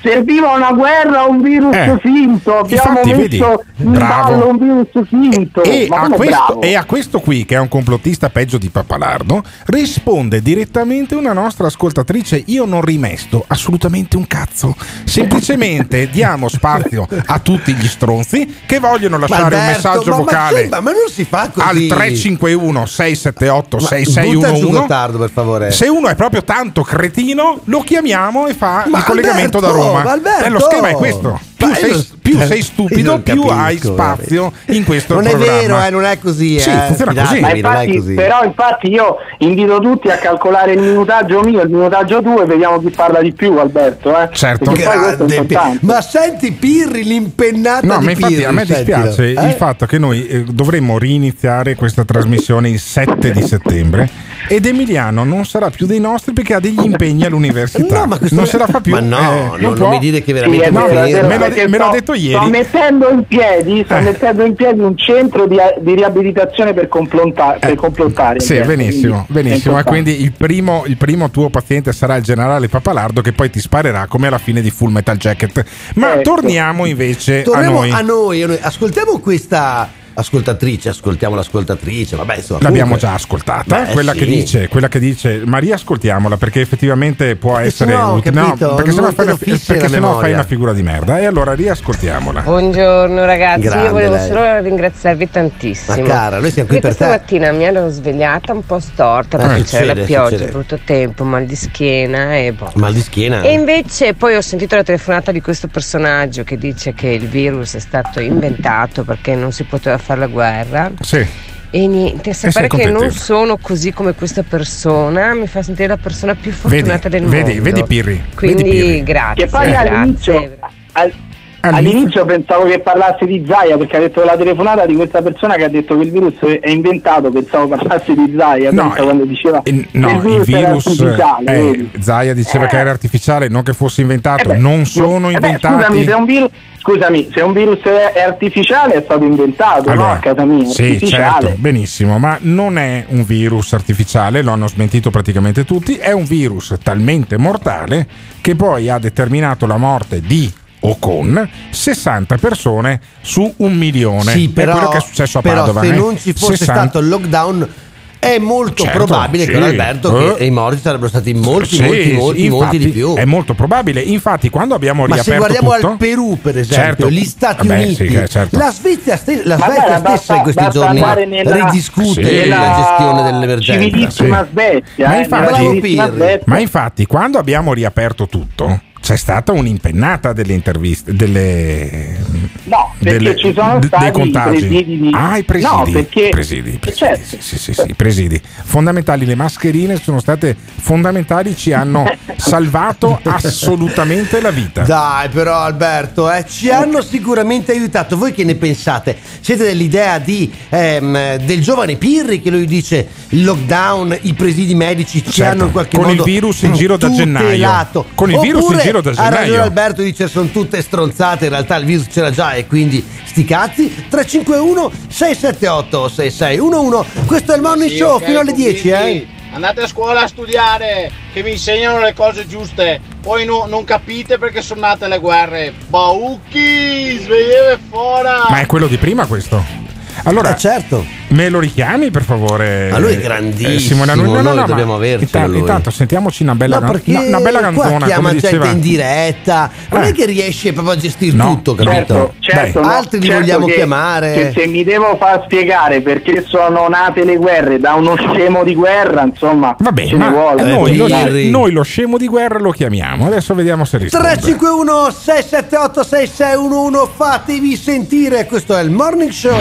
serviva una guerra, un virus Eh, finto, abbiamo infatti, messo vedi? in Bravo. ballo un virus finto. E Ma a, come questo, bravo? e a questo qui, che è un complottista peggio di Pappalardo, risponde direttamente una nostra ascoltatrice: io non rimesto assolutamente un cazzo, semplicemente diamo spazio a tutti gli stronzi che vogliono lasciare Alberto, un messaggio ma- ma vocale sembra, ma non si fa così. al tre cinque uno sei sette otto Ma sei sei butta uno giù uno. Gottardo, per favore. Se uno è proprio tanto cretino, lo chiamiamo e fa Ma il collegamento Alberto, da Roma. ma Alberto! E lo schema è questo: più, Ma sei, io- più sei io stupido, non più capisco, hai spazio in questo Non è programma. vero, eh, non è così. Sì, eh, funziona così. fidatevi, Ma non è infatti, così. però infatti io invito tutti a calcolare il minutaggio mio, il minutaggio tuo e vediamo chi parla di più, Alberto. Eh? Certo. Perché poi questo è Grande Pi- importante. ma senti Pirri, l'impennata No, di ma infatti Pirri, a me dispiace sentilo, il eh? fatto che noi eh, dovremmo riniziare questa trasmissione il sette di settembre ed Emiliano non sarà più dei nostri perché ha degli impegni all'università. No, ma questo- non se la fa più. Ma no, eh, non- non può. mi dite che Sì, veramente è No, vero, è me vero, l'ha- perché me l'ha sto- detto ieri. Sto mettendo in piedi, sto Eh. mettendo in piedi un centro di, di riabilitazione per, complonta- per complottare. Sì, Alberto, benissimo, quindi è benissimo. E importante. quindi il primo, il primo tuo paziente sarà il generale Pappalardo, che poi ti sparerà come alla fine di Full Metal Jacket. Ma Ecco. torniamo invece Torniamo a noi. a noi, a noi. Ascoltiamo questa ascoltatrice, ascoltiamo l'ascoltatrice, vabbè, insomma, L'abbiamo comunque- già ascoltata, Beh, quella, sì. che dice, quella che dice Maria, ascoltiamola perché effettivamente può essere sennò, utile. capito, perché sennò, non fai te una, lo fissi perché nella sennò fai memoria. una figura di merda. E allora riascoltiamola. Buongiorno ragazzi, Grande io volevo lei. solo ringraziarvi tantissimo. Ma cara, noi siamo qui Perché per te. stamattina mi ero svegliata un po' storta Eh, perché succede, c'era la pioggia, succede. brutto tempo, mal di schiena e boh. Mal di schiena. E invece poi ho sentito la telefonata di questo personaggio che dice che il virus è stato inventato perché non si poteva fare la guerra. Sì. E niente, sei sapere che non contenta? sono così come questa persona mi fa sentire la persona più fortunata Vedi, del vedi, mondo. vedi Pirri, Quindi vedi Pirri. grazie. Che poi grazie. all'inizio, al- All'inizio- all'inizio pensavo che parlassi di Zaia, perché ha detto la telefonata di questa persona che ha detto che il virus è inventato, pensavo parlassi di Zaia, No, pensa quando diceva Eh, No, che il era virus, artificiale, eh, vedi? Zaia diceva Eh. che era artificiale, non che fosse inventato. Eh beh, non sono eh beh, inventati. scusami, se un virus, scusami, se un virus è è artificiale è stato inventato, no? Allora, A casa mia, è sì, artificiale. certo, benissimo, ma non è un virus artificiale, lo hanno smentito praticamente tutti, è un virus talmente mortale che poi ha determinato la morte di o con sessanta persone su un milione. Sì, è però, quello che è successo a però Padova. se eh. non ci fosse sessanta stato il lockdown è molto Certo, probabile sì. che Alberto Eh. che i morti sarebbero stati molti, Sì, molti, molti, sì, molti di infatti, più. È molto probabile. Infatti, quando abbiamo Ma se riaperto guardiamo tutto, al Perù, per esempio, Certo. gli Stati Vabbè, Uniti, sì, certo. la Svezia, ste- la Ma Svezia guarda, stessa basta- in questi basta giorni andare nella- ridiscute Sì. la nella gestione dell'emergenza. civilissima Sì. Svezia, Ma eh, infatti- nella Bravo civilissima Pirri. Svezia. Ma infatti, quando abbiamo riaperto tutto, c'è stata un'impennata delle interviste, delle, No, perché delle- ci sono d- stati dei contagi. i presidi di... Ah, i presidi. No, perché... presidi, presidi, Certo. sì, sì, sì, sì, i presidi. Fondamentali, le mascherine sono state fondamentali, ci hanno salvato assolutamente la vita. Dai, però Alberto, eh, ci hanno sicuramente aiutato. Voi che ne pensate? Siete dell'idea di, ehm, del giovane Pirri che lui dice il lockdown, i presidi medici ci Certo, hanno in qualche con il modo virus in giro da gennaio. tutelato. Con il virus in Oppure giro da ha ragione gennaio. Alberto, dice sono tutte stronzate, in realtà il virus c'era già e quindi sti cazzi. Tre cinque uno sei sette otto sei sei uno uno. Questo è il Morning Sì, Show ok, fino alle dieci, eh. convinti. Andate a scuola a studiare, che vi insegnano le cose giuste. Poi no- non capite perché sono nate le guerre. Baucchi, svegliate fuori. Ma è quello di prima questo? Allora, Eh, certo. me lo richiami per favore? Ma lui è Eh, grandissimo, Simone, no, no, noi no, ma dobbiamo avercelo, intanto, lui. intanto sentiamoci una bella, No, can- perché una, una bella qua canzona, chiama come gente diceva. in diretta, non Eh. è che riesce proprio a gestire No, tutto, capito? Certo, certo, Dai. no, Altri li certo vogliamo che- chiamare. che se mi devo far spiegare perché sono nate le guerre da uno scemo di guerra, insomma, Vabbè, ce ma ne vuole. noi, Eh, lo, Pirri. noi lo scemo di guerra lo chiamiamo. Adesso vediamo se risponde. tre cinque uno sei sette otto sei sei uno uno, fatevi sentire, questo è il Morning Show.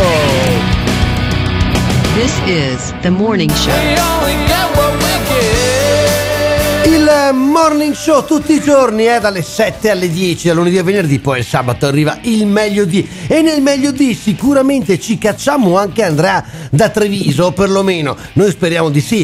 This is the morning show. Il Morning Show tutti i giorni, eh, dalle sette alle dieci, da lunedì a venerdì, poi il sabato arriva il meglio di. E nel meglio di sicuramente ci cacciamo anche Andrea da Treviso, o perlomeno noi speriamo di sì.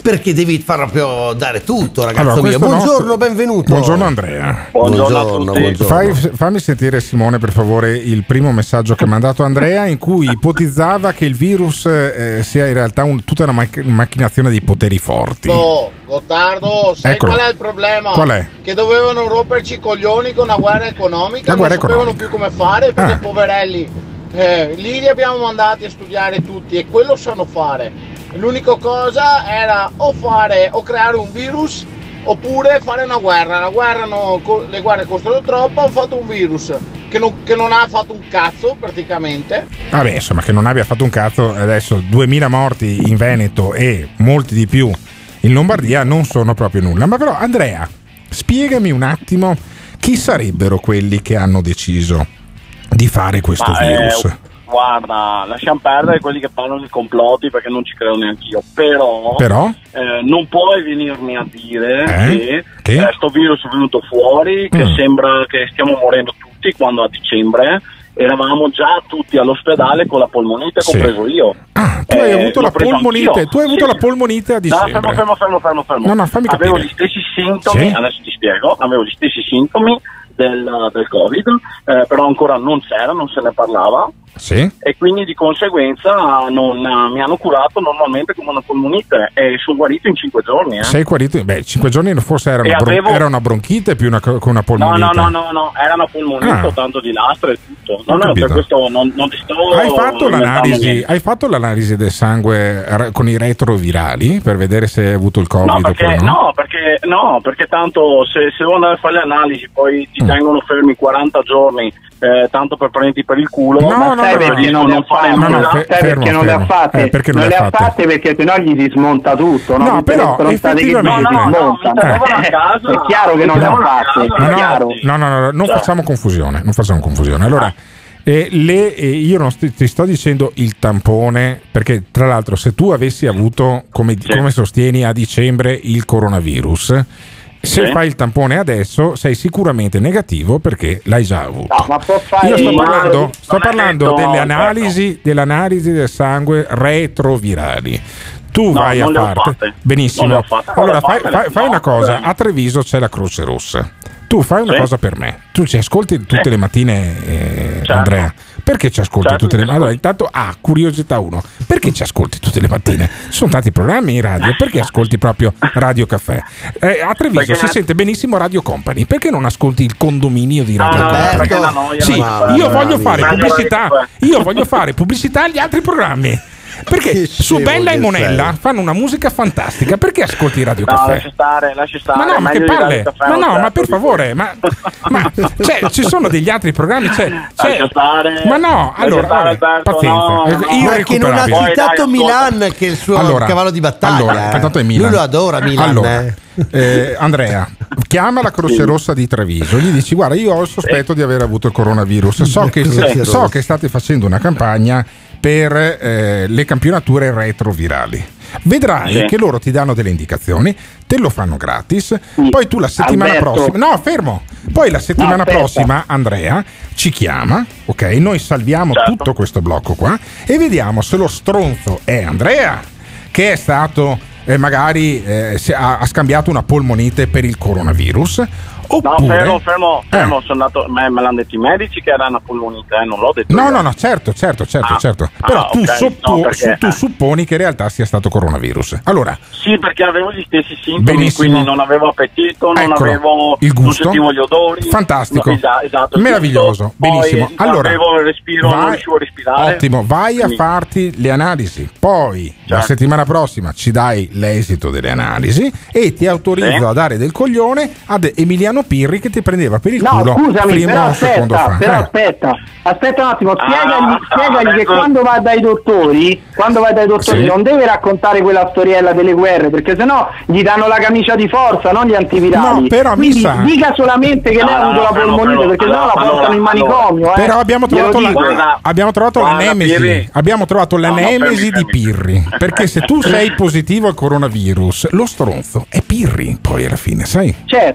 perché devi far proprio dare tutto, ragazzo Allora, mio. questo Buongiorno, nostro- benvenuto. Buongiorno Andrea. Buongiorno a tutti. buongiorno. Fai- fammi sentire, Simone, per favore, il primo messaggio che ha mandato Andrea, in cui ipotizzava che il virus eh, sia in realtà un- tutta una mac- macchinazione di poteri forti. Oh, Gottardo, sai Eccolo. qual è il problema? Qual è? Che dovevano romperci i coglioni con una guerra economica, La guerra non sapevano economica. più come fare perché Ah. poverelli, eh, lì li abbiamo mandati a studiare tutti e quello sanno fare. L'unica cosa era o fare o creare un virus oppure fare una guerra. La guerra no- co- le guerre costano troppo, hanno fatto un virus che non, che non ha fatto un cazzo praticamente. Vabbè, insomma, che non abbia fatto un cazzo, adesso duemila morti in Veneto e molti di più in Lombardia non sono proprio nulla. Ma però, Andrea, spiegami un attimo chi sarebbero quelli che hanno deciso di fare questo Ma, eh, virus. Guarda, lasciamo perdere quelli che parlano di complotti perché non ci credo neanche io. Però, Però? eh, non puoi venirmi a dire Eh? che, Che? eh, sto virus è venuto fuori, che Mm. sembra che stiamo morendo tutti, quando a dicembre eravamo già tutti all'ospedale con la polmonite, Sì. compreso io. Tu hai Eh, avuto l'ho la preso polmonite, anch'io. tu hai avuto Sì. la polmonite a No, dicembre. fermo, fermo, fermo, fermo, fermo. No, no, fammi Avevo capire. gli stessi sintomi, Sì? adesso ti spiego, avevo gli stessi sintomi del, del Covid, eh, però ancora non c'era, non se ne parlava. Sì? E quindi di conseguenza non, eh, mi hanno curato normalmente come una polmonite e sono guarito in cinque giorni. Eh. Sei guarito? Beh, cinque giorni forse era E una, bron- avevo- era una bronchite più una, che una No, polmonite. no, no, no, no, era una polmonite, Ah. tanto di lastre e tutto. Ho No, no, capito. per questo non, non ti sto Hai fatto, inventando l'analisi, niente. hai fatto l'analisi del sangue ra- con i retrovirali per vedere se hai avuto il Covid No perché, oppure no? no, perché, no, perché tanto se, se devo andare a fare le analisi poi ti Mm. tengono fermi quaranta giorni, eh, tanto per prenderti per il culo. No, ma no, sai no, perché no, non, le non ha fare fatte? no, no, nulla? fe- Sai fermo, perché non le ha fermo. fatte? Eh, perché non non le le ha ha fatte? fatte perché sennò gli si smonta tutto, no? No, Tutte però, le stronzate che effettivamente- si No, no, no, mi smontano. trovano a casa. È chiaro che non Mi le ha trovano a fatte, casa. è No, chiaro. no, no, no, no, non Cioè. facciamo confusione, non facciamo confusione. Allora, eh, le, eh, io non sti- ti sto dicendo il tampone, perché tra l'altro se tu avessi avuto, come, come sostieni a dicembre, il coronavirus, se Sì. fai il tampone adesso sei sicuramente negativo perché l'hai già avuto. No, ma può fare Io sto ma- parlando, sto non è parlando detto, delle certo. analisi, delle analisi del sangue retrovirali. Tu No, vai a non le ho farti fatte. Non benissimo. le ho fatte. Allora Non le ho fai, fatte, fai- fai no, una cosa: eh. a Treviso c'è la Croce Rossa. Tu fai una Sì. cosa per me. Tu ci ascolti tutte Sì. le mattine, eh, Certo. Andrea. Perché ci ascolti Certo tutte le che mattine? Allora, intanto, ah, curiosità uno. Perché ci ascolti tutte le mattine? Ci sono tanti programmi in radio. Perché ascolti proprio Radio Caffè? Eh, a Treviso Perché- si sente benissimo Radio Company. Perché non ascolti il condominio di Radio Ah, no, Company? perché la noia Sì, non- io voglio bravi. fare Radio pubblicità. Caffè. Io voglio fare pubblicità agli altri programmi. Perché Che su scemo Bella e che Monella sei. fanno una musica fantastica. Perché ascolti Radio No, Caffè? lascia stare, lascia stare. Ma no, ma che meglio di palle! Radio Caffè, Ma un no, certo ma per di- favore, ma, ma cioè, ci sono degli altri programmi. Cioè, cioè- Lascia stare. ma no, Lascia allora, stare, vabbè, Alberto, pazienza, no, eh, no. Ma che non ha irrecuperabile. Poi, citato dai, Milan, che è il suo Allora, cavallo di battaglia. allora, eh. cantato è Milan. Lui lo adora Milan. Allora, eh. eh, Andrea, chiama la Croce Rossa di Treviso, gli dici: guarda, io ho il sospetto di aver avuto il coronavirus. So che, Croce so Rossa. che state facendo una campagna per eh, le campionature retrovirali. Vedrai Sì. che loro ti danno delle indicazioni, te lo fanno gratis. Poi tu la settimana Alberto. prossima, no, fermo. Poi la settimana No, aspetta. prossima Andrea ci chiama, ok? Noi salviamo Certo. tutto questo blocco qua e vediamo se lo stronzo è Andrea, che è stato eh, magari eh, si- ha, ha scambiato una polmonite per il coronavirus. No, Oppure, fermo, fermo, Eh. fermo, sono andato, me, me l'hanno detto i medici che era una polmonite, eh, non l'ho detto No, io. no, no, certo, certo, certo, Ah, certo. ah, Però tu, ok, soppo- no, perché- su- tu supponi che in realtà sia stato coronavirus. Allora, Sì, perché avevo gli stessi sintomi, Benissimo. quindi non avevo appetito, non Eccolo, avevo, il non gusto. sentivo gli odori. Fantastico. No, esa- esatto, il Meraviglioso, gusto. benissimo. Poi Allora, avevo il respiro, non vai- riuscivo a respirare. Ottimo, vai a Quindi- farti le analisi. Poi la Certo. settimana prossima ci dai l'esito delle analisi e ti autorizzo Sì. a dare del coglione ad Emiliano Pirri che ti prendeva per il No, culo scusami, prima però o un secondo aspetta, fa. però Eh. aspetta, aspetta un attimo, spiegagli, Ah, spiegagli che adesso- quando va dai dottori, quando va dai dottori Sì. non deve raccontare quella storiella delle guerre, perché sennò gli danno la camicia di forza, non gli antivirali. No, però mi Quindi sa- dica solamente che No, lei ha no, avuto la fermo, polmonite, fermo. perché sennò la Allora, portano in allora, manicomio, eh. Però abbiamo Glielo trovato, la, dico. Guarda, abbiamo trovato la guarda, nemesi. Pirri. Abbiamo trovato la No, no, nemesi fermi, di fermi. Pirri. Perché se tu sei positivo al coronavirus, lo stronzo è Pirri, poi alla fine, sai? Certo.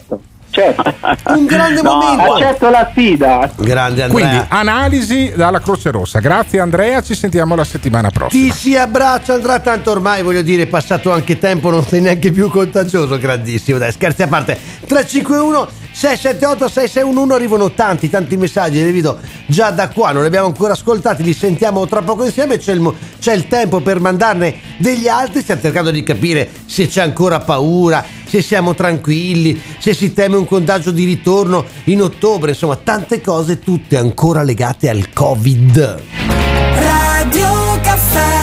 certo. Un grande No, momento. accetto la sfida. Grande Andrea. Quindi analisi dalla Croce Rossa. Grazie Andrea, ci sentiamo la settimana prossima. Ti si abbraccia Andrea, tanto ormai voglio dire è passato anche tempo, non sei neanche più contagioso, grandissimo, dai scherzi a parte. Tre cinque uno sei sette otto sei sei uno uno, arrivano tanti tanti messaggi, li vedo già da qua, non li abbiamo ancora ascoltati, li sentiamo tra poco insieme, c'è il, c'è il tempo per mandarne degli altri, stiamo cercando di capire se c'è ancora paura, se siamo tranquilli, se si teme un contagio di ritorno in ottobre, insomma tante cose tutte ancora legate al Covid. Radio Caffè.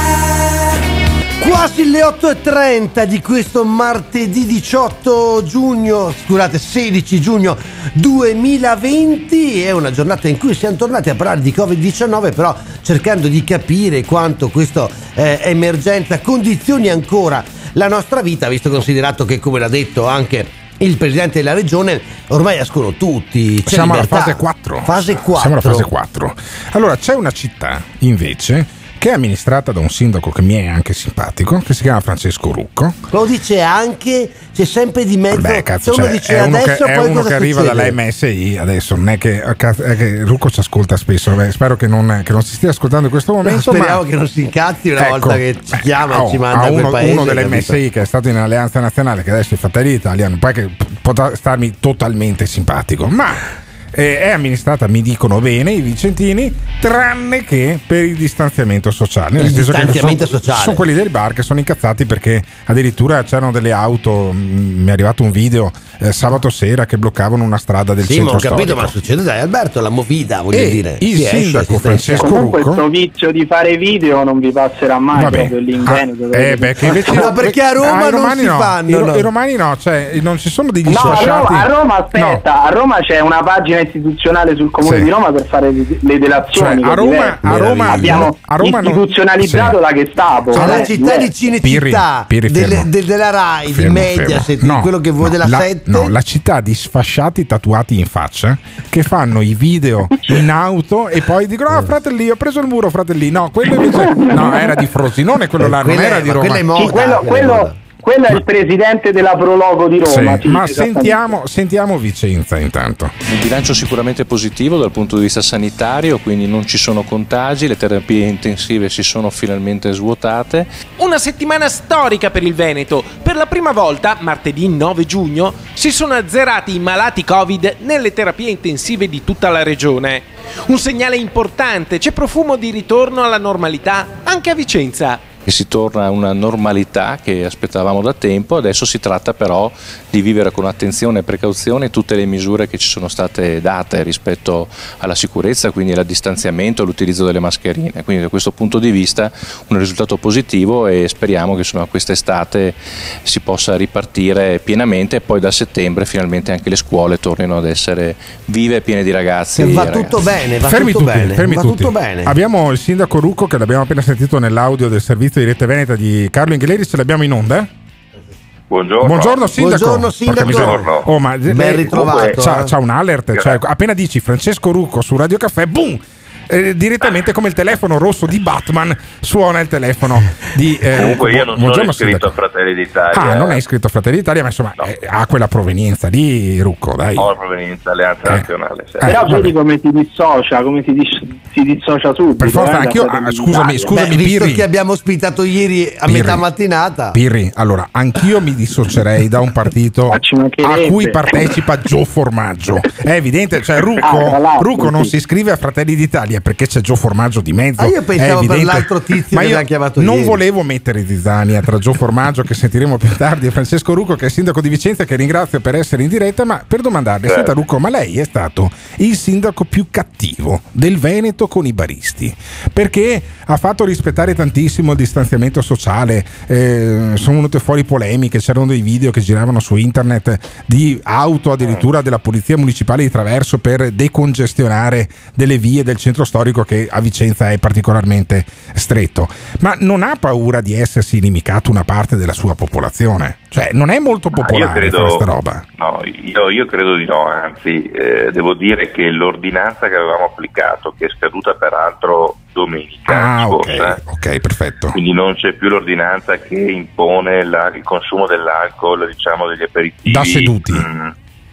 Quasi le otto e trenta di questo martedì diciotto giugno, scusate sedici giugno duemilaventi, è una giornata in cui siamo tornati a parlare di covid diciannove, però cercando di capire quanto questa eh, emergenza condizioni ancora la nostra vita, visto considerato che, come l'ha detto anche il presidente della regione, ormai escono tutti. C'è Siamo libertà. alla fase quattro. Fase quattro. Siamo alla fase quattro. Allora, c'è una città invece che è amministrata da un sindaco che mi è anche simpatico, che si chiama Francesco Rucco. Lo dice anche, c'è sempre di mezzo. Beh, cazzo, se uno cioè, dice è uno adesso, che, è poi uno cosa che arriva succede? dalla M S I adesso, non è che, è che Rucco ci ascolta spesso. Beh, spero che non, che non si stia ascoltando in questo momento. No, speriamo ma... che non si incazzi una ecco, volta che ci beh, chiama oh, e ci manda a uno, quel paese. uno delle capito? M S I che è stato in Alleanza Nazionale, che adesso è Fratelli d'Italia, poi che potrà starmi totalmente simpatico, ma eh, è amministrata, mi dicono bene i vicentini, tranne che per il distanziamento sociale. Il distanziamento sono, sociale. sono quelli del bar che sono incazzati perché addirittura c'erano delle auto, mh, mi è arrivato un video eh, sabato sera che bloccavano una strada del Sì, centro ma ho capito, storico. ma succede dai Alberto, la movida, voglio E dire. il Si esce, sindaco si Francesco stessa. Comunque Rucco? questo vizio di fare video non vi passerà mai. Vabbè. Proprio lì in Veneto. Ah, eh, beh, che invece Ma perché a Roma ah, i non romani si no. fanno, I, ro- no? i romani no, cioè non ci sono degli No, a sfasciati. Roma, a Roma aspetta, a Roma c'è una pagina istituzionale sul comune Sì. di Roma per fare le le delazioni. Cioè, a che Roma- diverse. a Roma- abbiamo a Roma non- istituzionalizzato sì. la Gestapo. C'è eh, la città di diverse. Cinecittà, Pirri, delle- fermo. de- della Rai, Fermo, di Mediaset, fermo. di No, quello che vuoi no, della la, sette. no, la città di sfasciati tatuati in faccia che fanno i video in auto e poi dicono: ah, fratelli, ho preso il muro, fratelli. No, quello invece no, era di Frosinone, quello là, non Quella- era di ma Roma. quella è moda, Sì, quello, quella è quello- moda. quello è il presidente della Prologo di Roma. Sì, sì, ma esattamente. sentiamo, sentiamo Vicenza intanto. Il bilancio sicuramente positivo dal punto di vista sanitario, quindi non ci sono contagi, le terapie intensive si sono finalmente svuotate. Una settimana storica per il Veneto. Per la prima volta, martedì nove giugno, si sono azzerati i malati Covid nelle terapie intensive di tutta la regione. Un segnale importante, c'è profumo di ritorno alla normalità anche a Vicenza. E si torna a una normalità che aspettavamo da tempo, adesso si tratta però di vivere con attenzione e precauzione tutte le misure che ci sono state date rispetto alla sicurezza, quindi al distanziamento, all'utilizzo delle mascherine, quindi da questo punto di vista un risultato positivo e speriamo che insomma, quest'estate si possa ripartire pienamente e poi da settembre finalmente anche le scuole tornino ad essere vive e piene di ragazzi. Va e ragazze. tutto bene, va fermi tutto tutti, bene, fermi va tutti. tutto bene. Abbiamo il sindaco Rucco che l'abbiamo appena sentito nell'audio del servizio di Rete Veneta di Carlo Inghileri, ce l'abbiamo in onda? Buongiorno. Buongiorno sindaco. Buongiorno, sindaco. Porca miseria. Buongiorno. Oh, ma Ben lei- ritrovato, c'ha, eh. c'ha un alert, cioè, appena dici Francesco Rucco su Radio Caffè, boom! Eh, direttamente come il telefono rosso di Batman suona il telefono di eh, Comunque io non sono buongiorno, iscritto sindaco. a Fratelli d'Italia. Ah, non è iscritto a Fratelli d'Italia, ma insomma eh, ha quella provenienza lì, Rucco, dai. Ho la provenienza Alleanza Eh. Nazionale. sì. Però Eh, vedi come si dissocia, come si, dis- si dissocia subito. Per forza, eh, da anch'io- Fratelli ah, scusami, d'Italia. scusami, Beh, visto Pirri. che abbiamo ospitato ieri a Pirri. metà mattinata. Pirri, allora, anch'io mi dissocierei da un partito Ma ci a mancherebbe. cui partecipa Gio Formaggio. È evidente, cioè Ah, tra Rucco, l'altro, Rucco non sì. si iscrive a Fratelli d'Italia perché c'è Gio Formaggio di mezzo. Ah, io pensavo è per evidente. l'altro tizio Ma che io abbiamo chiamato non ieri. volevo mettere zizzania tra Gio Formaggio, che sentiremo più tardi, e Francesco Rucco, che è sindaco di Vicenza, che ringrazio per essere in diretta, ma per domandarle, Certo. senta Rucco, ma lei è stato il sindaco più cattivo del Veneto con i baristi, perché ha fatto rispettare tantissimo il distanziamento sociale, eh, sono venute fuori polemiche, c'erano dei video che giravano su internet di auto addirittura della polizia municipale di Traverso per decongestionare delle vie del centro storico che a Vicenza è particolarmente stretto, ma non ha paura di essersi inimicato una parte della sua popolazione? Cioè non è molto Ah, io popolare credo, questa roba? no, io, io credo di no, anzi eh, devo dire che l'ordinanza che avevamo applicato, che è scaduta peraltro domenica Ah, scorsa, ok, ok, perfetto. quindi non c'è più l'ordinanza che impone la- il consumo dell'alcol, diciamo degli aperitivi Da seduti. mm,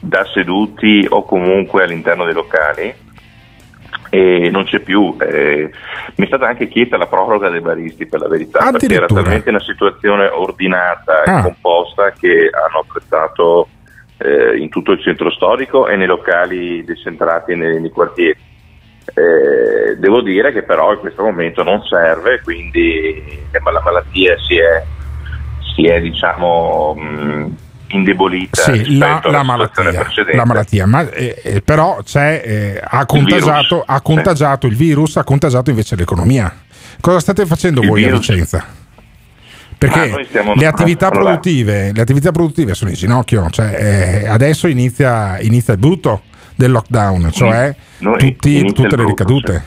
da seduti o comunque all'interno dei locali, e non c'è più. Eh, mi è stata anche chiesta la proroga dei baristi, per la verità, perché era talmente una situazione ordinata Ah. e composta che hanno apprezzato eh, in tutto il centro storico e nei locali decentrati nei, nei quartieri. Eh, devo dire che però in questo momento non serve, quindi eh, ma la malattia si è, si è diciamo mh, indebolita Sì, rispetto la, alla la situazione malattia, precedente. la malattia, ma eh, eh, però c'è, eh, ha contagiato, virus, ha contagiato il virus, ha contagiato invece l'economia. Cosa state facendo Il voi virus? a Vicenza? Ma Perché noi stiamo- le attività allora- produttive, le attività produttive sono in ginocchio, cioè, eh, adesso inizia, inizia il brutto del lockdown, cioè Noi- tutti- inizia tutte il le brutto, ricadute.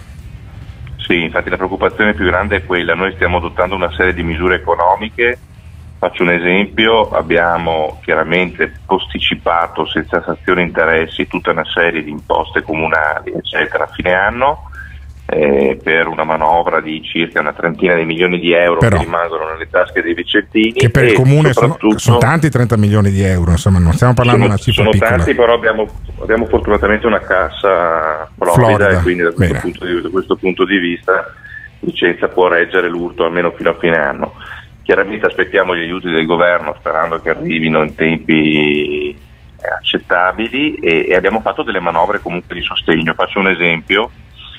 Sì, infatti la preoccupazione più grande è quella. Noi stiamo adottando una serie di misure economiche. Faccio un esempio: abbiamo chiaramente posticipato senza sanzioni interessi tutta una serie di imposte comunali eccetera a fine anno, eh, per una manovra di circa una trentina di milioni di euro Però- che rimangono nelle tasche dei vicentini, Che per il e comune sono, soprattutto- sono tanti trenta milioni di euro, insomma non stiamo parlando di sono, una cifra sono piccola. tanti, però abbiamo, abbiamo fortunatamente una cassa florida, Florida, e quindi da questo, bene. punto di, da questo punto di vista Vicenza può reggere l'urto almeno fino a fine anno. Chiaramente aspettiamo gli aiuti del governo sperando che arrivino in tempi accettabili, e, e abbiamo fatto delle manovre comunque di sostegno. Faccio un esempio: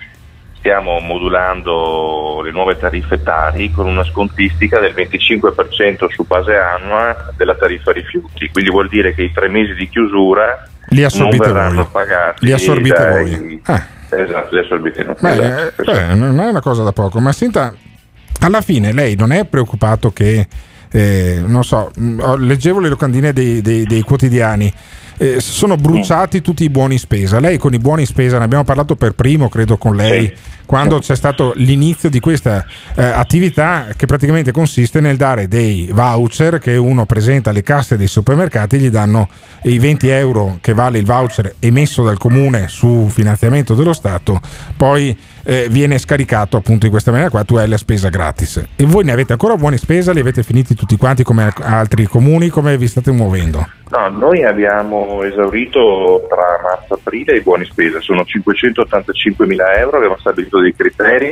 stiamo modulando le nuove tariffe Tari con una scontistica del venticinque per cento su base annua della tariffa rifiuti, quindi vuol dire che i tre mesi di chiusura Li non assorbite verranno voi. pagati Li assorbite dai- voi. Ah. Esatto, li assorbite noi. Beh, Esatto, eh, beh, non è una cosa da poco, ma senta, alla fine lei non è preoccupato che, eh, non so, mh, ho- leggevo le locandine dei, dei- dei quotidiani, eh, sono bruciati tutti i buoni spesa. Lei con i buoni spesa, ne abbiamo parlato per primo, credo con lei, quando c'è stato l'inizio di questa eh, attività, che praticamente consiste nel dare dei voucher che uno presenta alle casse dei supermercati, gli danno i venti euro che vale il voucher emesso dal comune su finanziamento dello Stato, poi eh, viene scaricato appunto in questa maniera qua, tu hai la spesa gratis. E voi ne avete ancora buoni spesa? Li avete finiti tutti quanti come al- altri comuni? Come vi state muovendo? No, noi abbiamo esaurito tra marzo e aprile i buoni spesa, sono cinquecentottantacinquemila euro, abbiamo stabilito dei criteri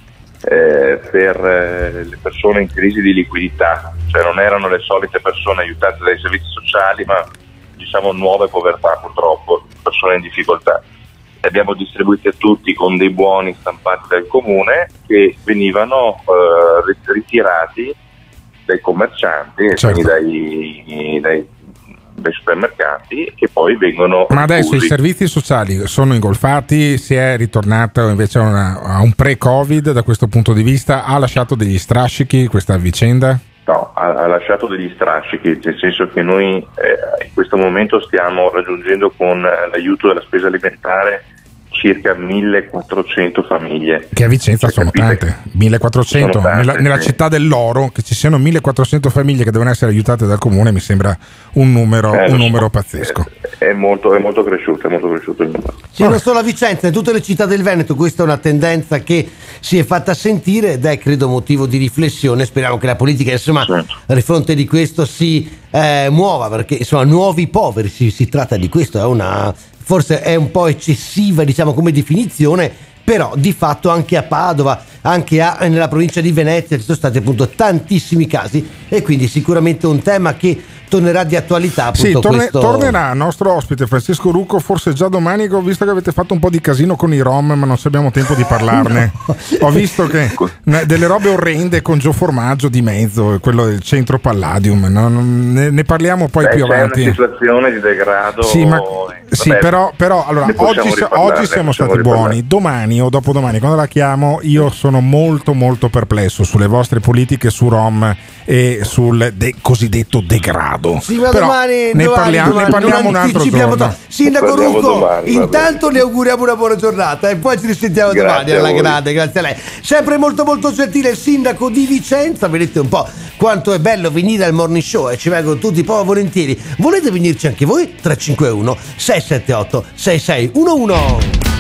eh, per eh, le persone in crisi di liquidità, cioè non erano le solite persone aiutate dai servizi sociali, ma diciamo nuove povertà, purtroppo, persone in difficoltà. Le abbiamo distribuite tutti con dei buoni stampati dal comune che venivano eh, rit- ritirati dai commercianti, e Certo. quindi dai, dai, dai supermercati, che poi vengono Ma adesso i diffusi. servizi sociali sono ingolfati? Si è ritornato invece a, una- a un pre-Covid da questo punto di vista? Ha lasciato degli strascichi questa vicenda? No, ha, ha lasciato degli strascichi, nel senso che noi eh, in questo momento stiamo raggiungendo con eh, l'aiuto della spesa alimentare circa millequattrocento famiglie. Che a Vicenza Cioè, sono capite? tante, millequattrocento. Sono tante, nella, nella sì. città dell'oro, che ci siano millequattrocento famiglie che devono essere aiutate dal comune, mi sembra un numero, Eh, lo un so. numero pazzesco. È molto, è molto cresciuto, è molto cresciuto il numero. Sì, non solo a Vicenza, in tutte le città del Veneto questa è una tendenza che si è fatta sentire ed è credo motivo di riflessione. Speriamo che la politica insomma a fronte di questo si eh, muova, perché insomma nuovi poveri si, si tratta di questo, è una forse è un po' eccessiva diciamo come definizione, però di fatto anche a Padova, anche a, nella provincia di Venezia ci sono stati appunto tantissimi casi, e quindi sicuramente un tema che tornerà di attualità appunto. Sì, torne- questo... tornerà il nostro ospite Francesco Rucco, forse già domani, che ho visto che avete fatto un po' di casino con i Rom, ma non abbiamo tempo di parlarne. No. Ho visto che ne- delle robe orrende con Gio Formaggio di mezzo, quello del centro Palladium, no? Non- ne, ne parliamo poi Beh, più c'è avanti. una situazione di degrado. Sì, ma, sì, vabbè, però, però allora, ne possiamo oggi, riparlarne, oggi siamo possiamo stati riparlarne. buoni. Domani o dopodomani, quando la chiamo, io sono molto molto perplesso sulle vostre politiche su Rom e sul de- cosiddetto degrado. Sì, ma Però domani, ne domani, parliamo, domani, ne parliamo domani un altro anticipiamo giorno. to- Sindaco Parliamo Rucco, domani, va intanto le auguriamo una buona giornata e poi ci risentiamo Grazie domani a alla voi. grande, grazie a lei. Sempre molto molto gentile il sindaco di Vicenza, vedete un po' quanto è bello venire al morning show e ci vengono tutti poi volentieri. Volete venirci anche voi? tre cinque uno sei sette otto sei sei uno uno.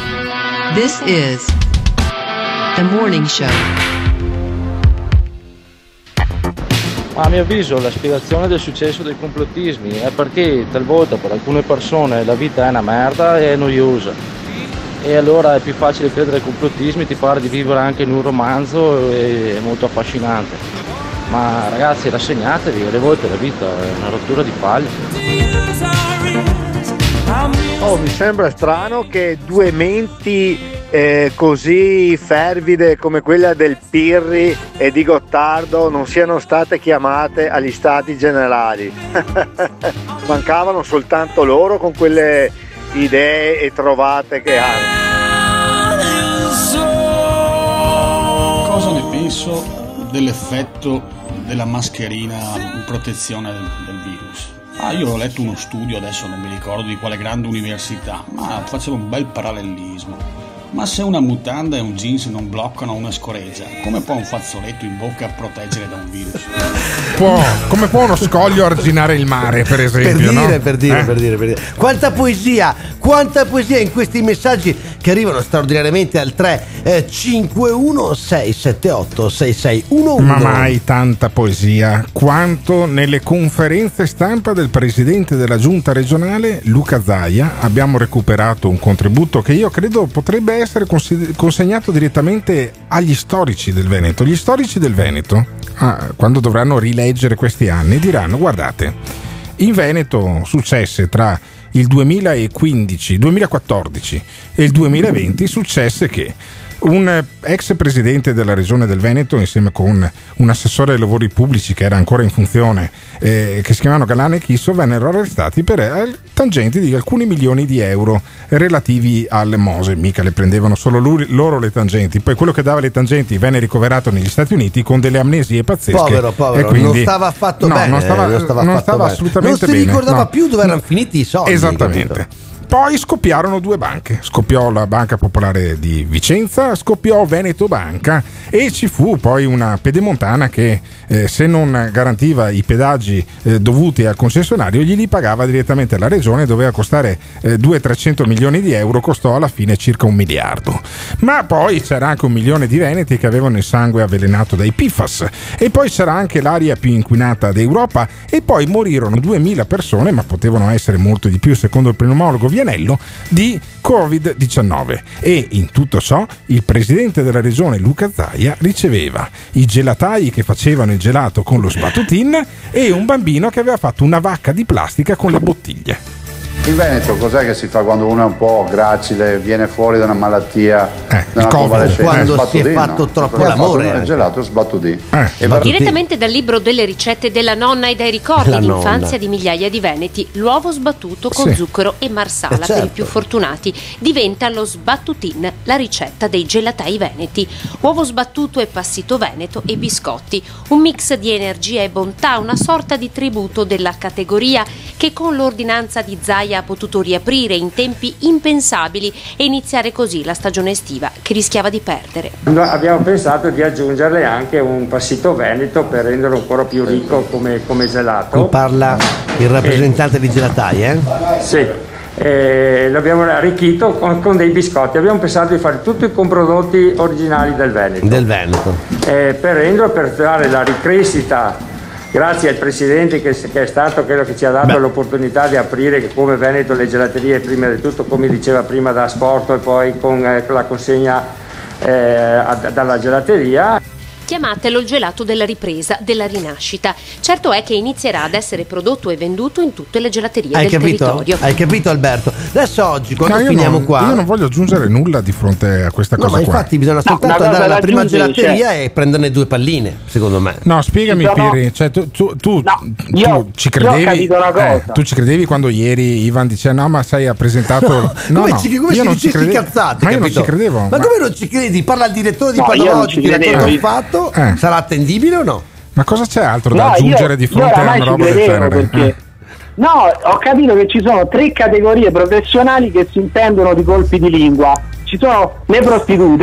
This is The Morning Show. Ma a mio avviso la spiegazione del successo dei complottismi è perché talvolta per alcune persone la vita è una merda e è noiosa. E allora è più facile credere ai complottismi, ti pare di vivere anche in un romanzo e è molto affascinante. Ma ragazzi, rassegnatevi, alle volte la vita è una rottura di palle. Oh, mi sembra strano che due menti eh, così fervide come quella del Pirri e di Gottardo non siano state chiamate agli stati generali. Mancavano soltanto loro con quelle idee e trovate che hanno. Cosa ne penso dell'effetto della mascherina in protezione del, del virus? Ah, io ho letto uno studio, adesso non mi ricordo di quale grande università, ma faceva un bel parallelismo. Ma se una mutanda e un jeans non bloccano una scoreggia, come può un fazzoletto in bocca proteggere da un virus? Può, come può uno scoglio arginare il mare, per esempio? Per dire, no? per dire, eh? per dire, per dire. Quanta poesia, quanta poesia in questi messaggi che arrivano straordinariamente al tre cinque uno sei sette otto sei sei uno uno. Ma mai tanta poesia quanto nelle conferenze stampa del presidente della giunta regionale Luca Zaia. Abbiamo recuperato un contributo che io credo potrebbe essere consegnato direttamente agli storici del Veneto. Gli storici del Veneto, ah, quando dovranno rileggere questi anni, diranno: guardate, in Veneto successe tra il duemilaquindici, duemilaquattordici e il duemilaventi successe che un ex presidente della regione del Veneto, insieme con un assessore ai lavori pubblici che era ancora in funzione, eh, che si chiamavano Galano e Chisso, vennero arrestati per eh, tangenti di alcuni milioni di euro relativi alle Mose. Mica le prendevano solo lui, loro le tangenti, poi quello che dava le tangenti venne ricoverato negli Stati Uniti con delle amnesie pazzesche. Povero, povero, e quindi, non stava affatto no, bene, non stava, non stava, non stava bene. assolutamente bene. Non si bene, ricordava no. più dove erano finiti i soldi. Esattamente. Capito? Poi scoppiarono due banche, scoppiò la Banca Popolare di Vicenza, scoppiò Veneto Banca e ci fu poi una pedemontana che eh, se non garantiva i pedaggi eh, dovuti al concessionario gli li pagava direttamente la regione, doveva costare eh, duecento trecento milioni di euro, costò alla fine circa un miliardo. Ma poi c'era anche un milione di veneti che avevano il sangue avvelenato dai P F A S, e poi c'era anche l'aria più inquinata d'Europa, e poi morirono duemila persone, ma potevano essere molto di più secondo il pneumologo Vianello, di covid diciannove. E in tutto ciò il presidente della regione Luca Zaia riceveva i gelatai che facevano il gelato con lo sbattutin e un bambino che aveva fatto una vacca di plastica con le bottiglie. In Veneto cos'è che si fa quando uno è un po' gracile, viene fuori da una malattia, eh, da una convalescenza? Quando si è fatto troppo l'amore, il gelato sbattutì. Eh, e direttamente dal libro delle ricette della nonna e dai ricordi La d'infanzia nonna. di migliaia di veneti, l'uovo sbattuto con Sì. zucchero e marsala Eh, certo. per i più fortunati diventa lo sbattutin, la ricetta dei gelatai veneti. Uovo sbattuto e passito veneto e biscotti, un mix di energia e bontà, una sorta di tributo della categoria che con l'ordinanza di Zaia ha potuto riaprire in tempi impensabili e iniziare così la stagione estiva che rischiava di perdere. Abbiamo pensato di aggiungerle anche un passito veneto per renderlo ancora più ricco come, come gelato. Qui parla il rappresentante di gelatai, eh? Sì, eh, l'abbiamo arricchito con, con dei biscotti. Abbiamo pensato di fare tutto con prodotti originali del Veneto. Del Veneto. Eh, per renderlo, per dare la ricrescita. Grazie al Presidente che, che è stato quello che ci ha dato Beh. l'opportunità di aprire come Veneto le gelaterie, prima di tutto come diceva prima da Sport e poi con eh, la consegna eh, a, dalla gelateria. Chiamatelo il gelato della ripresa, della rinascita. Certo è che inizierà ad essere prodotto e venduto in tutte le gelaterie Hai del capito? territorio. Hai capito, Alberto? Adesso oggi, quando No, io finiamo non, qua. Io non voglio aggiungere nulla di fronte a questa No, cosa ma qua. infatti bisogna soltanto una andare cosa alla prima da aggiungere, gelateria e prenderne due palline, secondo me. No, spiegami, Ci sono- Pirri, cioè, tu, tu, tu, No, tu io- ci io ho credevi? capito una cosa. eh, tu ci credevi quando ieri Ivan diceva no, ma sai, ha presentato. No, No, come no, ci, come io si non ci dicessi credevo. cazzate, Ma io non capito? ci credevo. Ma come non ci credi? Parla il direttore di No, io non Padovoggi, ci ti racconta credevo. un fatto, Eh. sarà attendibile o no? Ma cosa c'è altro No, da aggiungere io- di io fronte a oramai una ci roba del credevo genere? perché- Eh. No, ho capito che ci sono tre categorie professionali che si intendono di colpi di lingua. Ci sono le prostitute,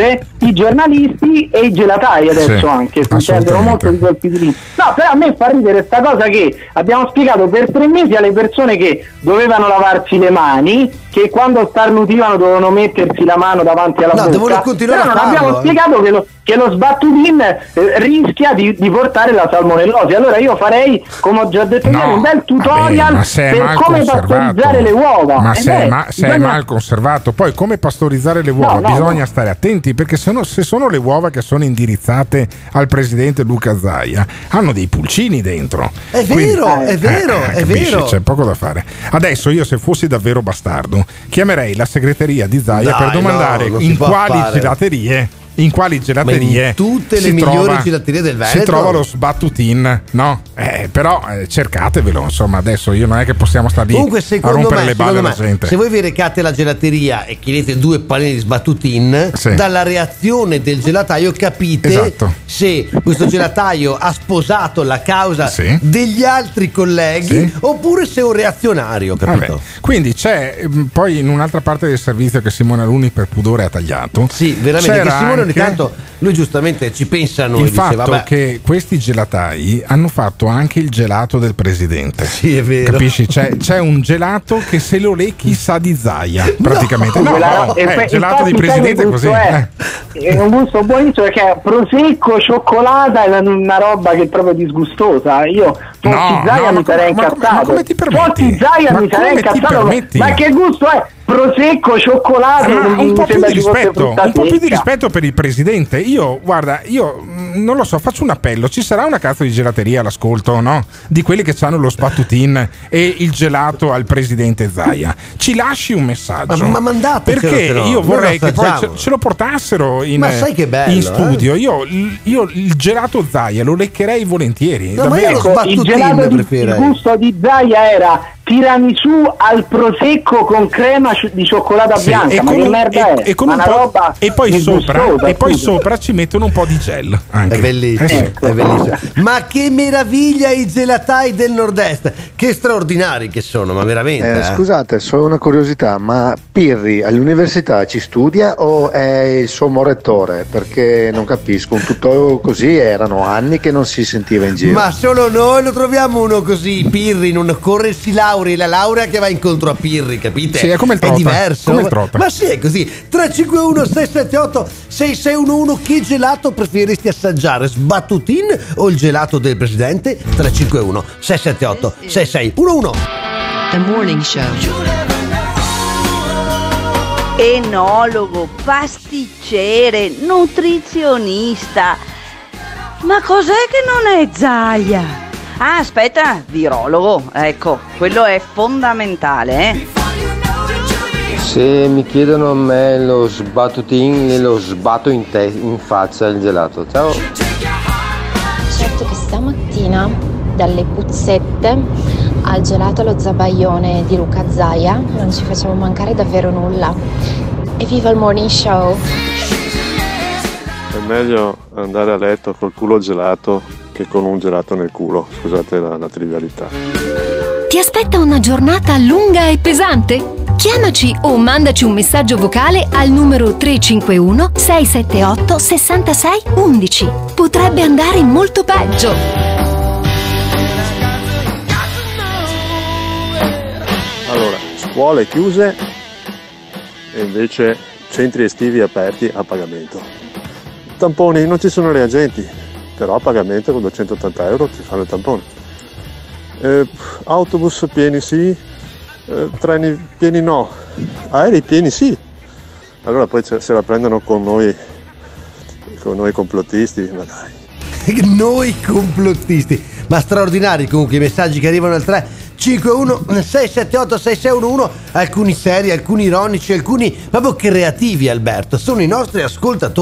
i giornalisti e i gelatai adesso Sì, anche, si intendono molto di colpi di lì. No, però a me fa ridere sta cosa che abbiamo spiegato per tre mesi alle persone che dovevano lavarsi le mani, che quando starnutivano dovevano mettersi la mano davanti alla No, bocca. devono continuare però a non farlo, abbiamo eh. spiegato che lo, che lo sbattutin eh, rischia di, di portare la salmonellosi. Allora io farei, come ho già detto No, ieri, un bel tutorial ma se è per mal come conservato. pastorizzare le uova. Ma Eh se, è, beh, ma- se è bisogna- mal conservato, poi come pastorizzare le uova? No, no, Bisogna no. stare attenti, perché se, no- se sono le uova che sono indirizzate al presidente Luca Zaia, hanno dei pulcini dentro. È vero, è vero, è capisci? vero. C'è poco da fare. Adesso io, se fossi davvero bastardo, chiamerei la segreteria di Zaia Dai, per domandare no, non si in può quali fare. gelaterie. In quali gelaterie? Ma in tutte le si migliori trova- gelaterie del Si Veneto. trova lo sbattutin, no? Eh, però eh, cercatevelo, insomma, adesso io non è che possiamo stare lì Comunque, a secondo rompere me, le balle secondo alla me, gente. se voi vi recate alla gelateria e chiedete due palline di sbattutin, Sì. dalla reazione del gelataio capite Esatto. se questo gelataio ha sposato la causa Sì. degli altri colleghi Sì. oppure se è un reazionario, capito? Vabbè. Quindi c'è ehm, poi in un'altra parte del servizio che Simone Alunni per pudore ha tagliato. Sì, veramente, c'era che Simone ogni anche tanto lui giustamente ci pensa a noi, il dice, fatto vabbè, che questi gelatai hanno fatto anche il gelato del presidente. Sì, è vero. Capisci? C'è, c'è un gelato che se lo lecchi sa di Zaia, praticamente. No, Quella- no, e eh, poi- gelato di infatti, sai presidente che così. gusto è? eh. È un gusto buonissimo, perché è prosecco, cioccolata, è una roba che è proprio disgustosa. Io fossi No, Zaia no, mi ma sarei come- ma come- incazzato. ma come ti permetti? Fossi Zaia Ma mi sarei come ti incazzato. permetti? Ma che gusto è? Prosecco, cioccolata, Ah, non un mi po' più sembra di ci fosse rispetto, frutta un po' più di secca. rispetto per il presidente. Io, guarda, io mh, non lo so, faccio un appello. Ci sarà una cazzo di gelateria all'ascolto, no? Di quelli che hanno lo sbattutin e il gelato al presidente Zaia. Ci lasci un messaggio. Ma- ma mandatecelo, perché però. io Noi vorrei lo che poi assaggiamo. ce, ce lo portassero in, Ma sai che bello, in eh? studio. Io, io il gelato Zaia lo leccherei volentieri. No, ma io davvero. lo Ecco, il sbattutin gelato di, il preferirei. gusto di Zaia era tiramisù al prosecco con crema ci- di cioccolata Sì, bianca. e Ma con che un- merda e- è? e con Ma un una po'- roba e poi sopra, disgustosa, e poi scusa. sopra ci mettono un po' di gel anche. È bellissimo, Eh sì. è bellissimo. Ma che meraviglia i gelatai del nord-est, che straordinari che sono, ma veramente. Eh, eh. scusate, solo una curiosità, ma Pirri all'università ci studia o è il sommo rettore? Perché non capisco, un tutto così erano anni che non si sentiva in giro. Ma solo noi lo troviamo uno così, Pirri, non corre si laurei, la laurea che va incontro a Pirri, capite? Sì, è come il Trota, diverso. come il Trota. Ma sì, è così. tre cinque uno sei sette otto sei sei uno uno, che gelato preferiresti assaggiare? Sbattutin o il gelato del presidente? tre cinque uno sei sette otto sei sei uno uno. The Morning Show. Enologo, pasticcere, nutrizionista. Ma cos'è che non è Zaia? Ah, aspetta, virologo, ecco, quello è fondamentale, eh. Se mi chiedono a me lo sbattutin, glielo sbatto in, te- in faccia il gelato. Ciao. Certo che stamattina, dalle puzzette al gelato allo zabaione di Luca Zaia, non ci facciamo mancare davvero nulla. Evviva il Morning Show! È meglio andare a letto col culo gelato che con un gelato nel culo, scusate la, la trivialità. Ti aspetta una giornata lunga e pesante? Chiamaci o mandaci un messaggio vocale al numero tre cinque uno sei sette otto sei sei uno uno. Potrebbe andare molto peggio. Allora, scuole chiuse e invece centri estivi aperti a pagamento. Tamponi, non ci sono reagenti, però a pagamento con duecentottanta euro ti fanno il tampone. Eh, autobus pieni sì, eh, treni pieni no, aerei pieni sì. Allora poi ce- se la prendono con noi, con noi complottisti, ma dai. Noi complottisti, ma straordinari comunque i messaggi che arrivano al tre cinque uno sei sette otto sei sei uno uno, alcuni seri, alcuni ironici, alcuni proprio creativi, Alberto, sono i nostri ascoltatori.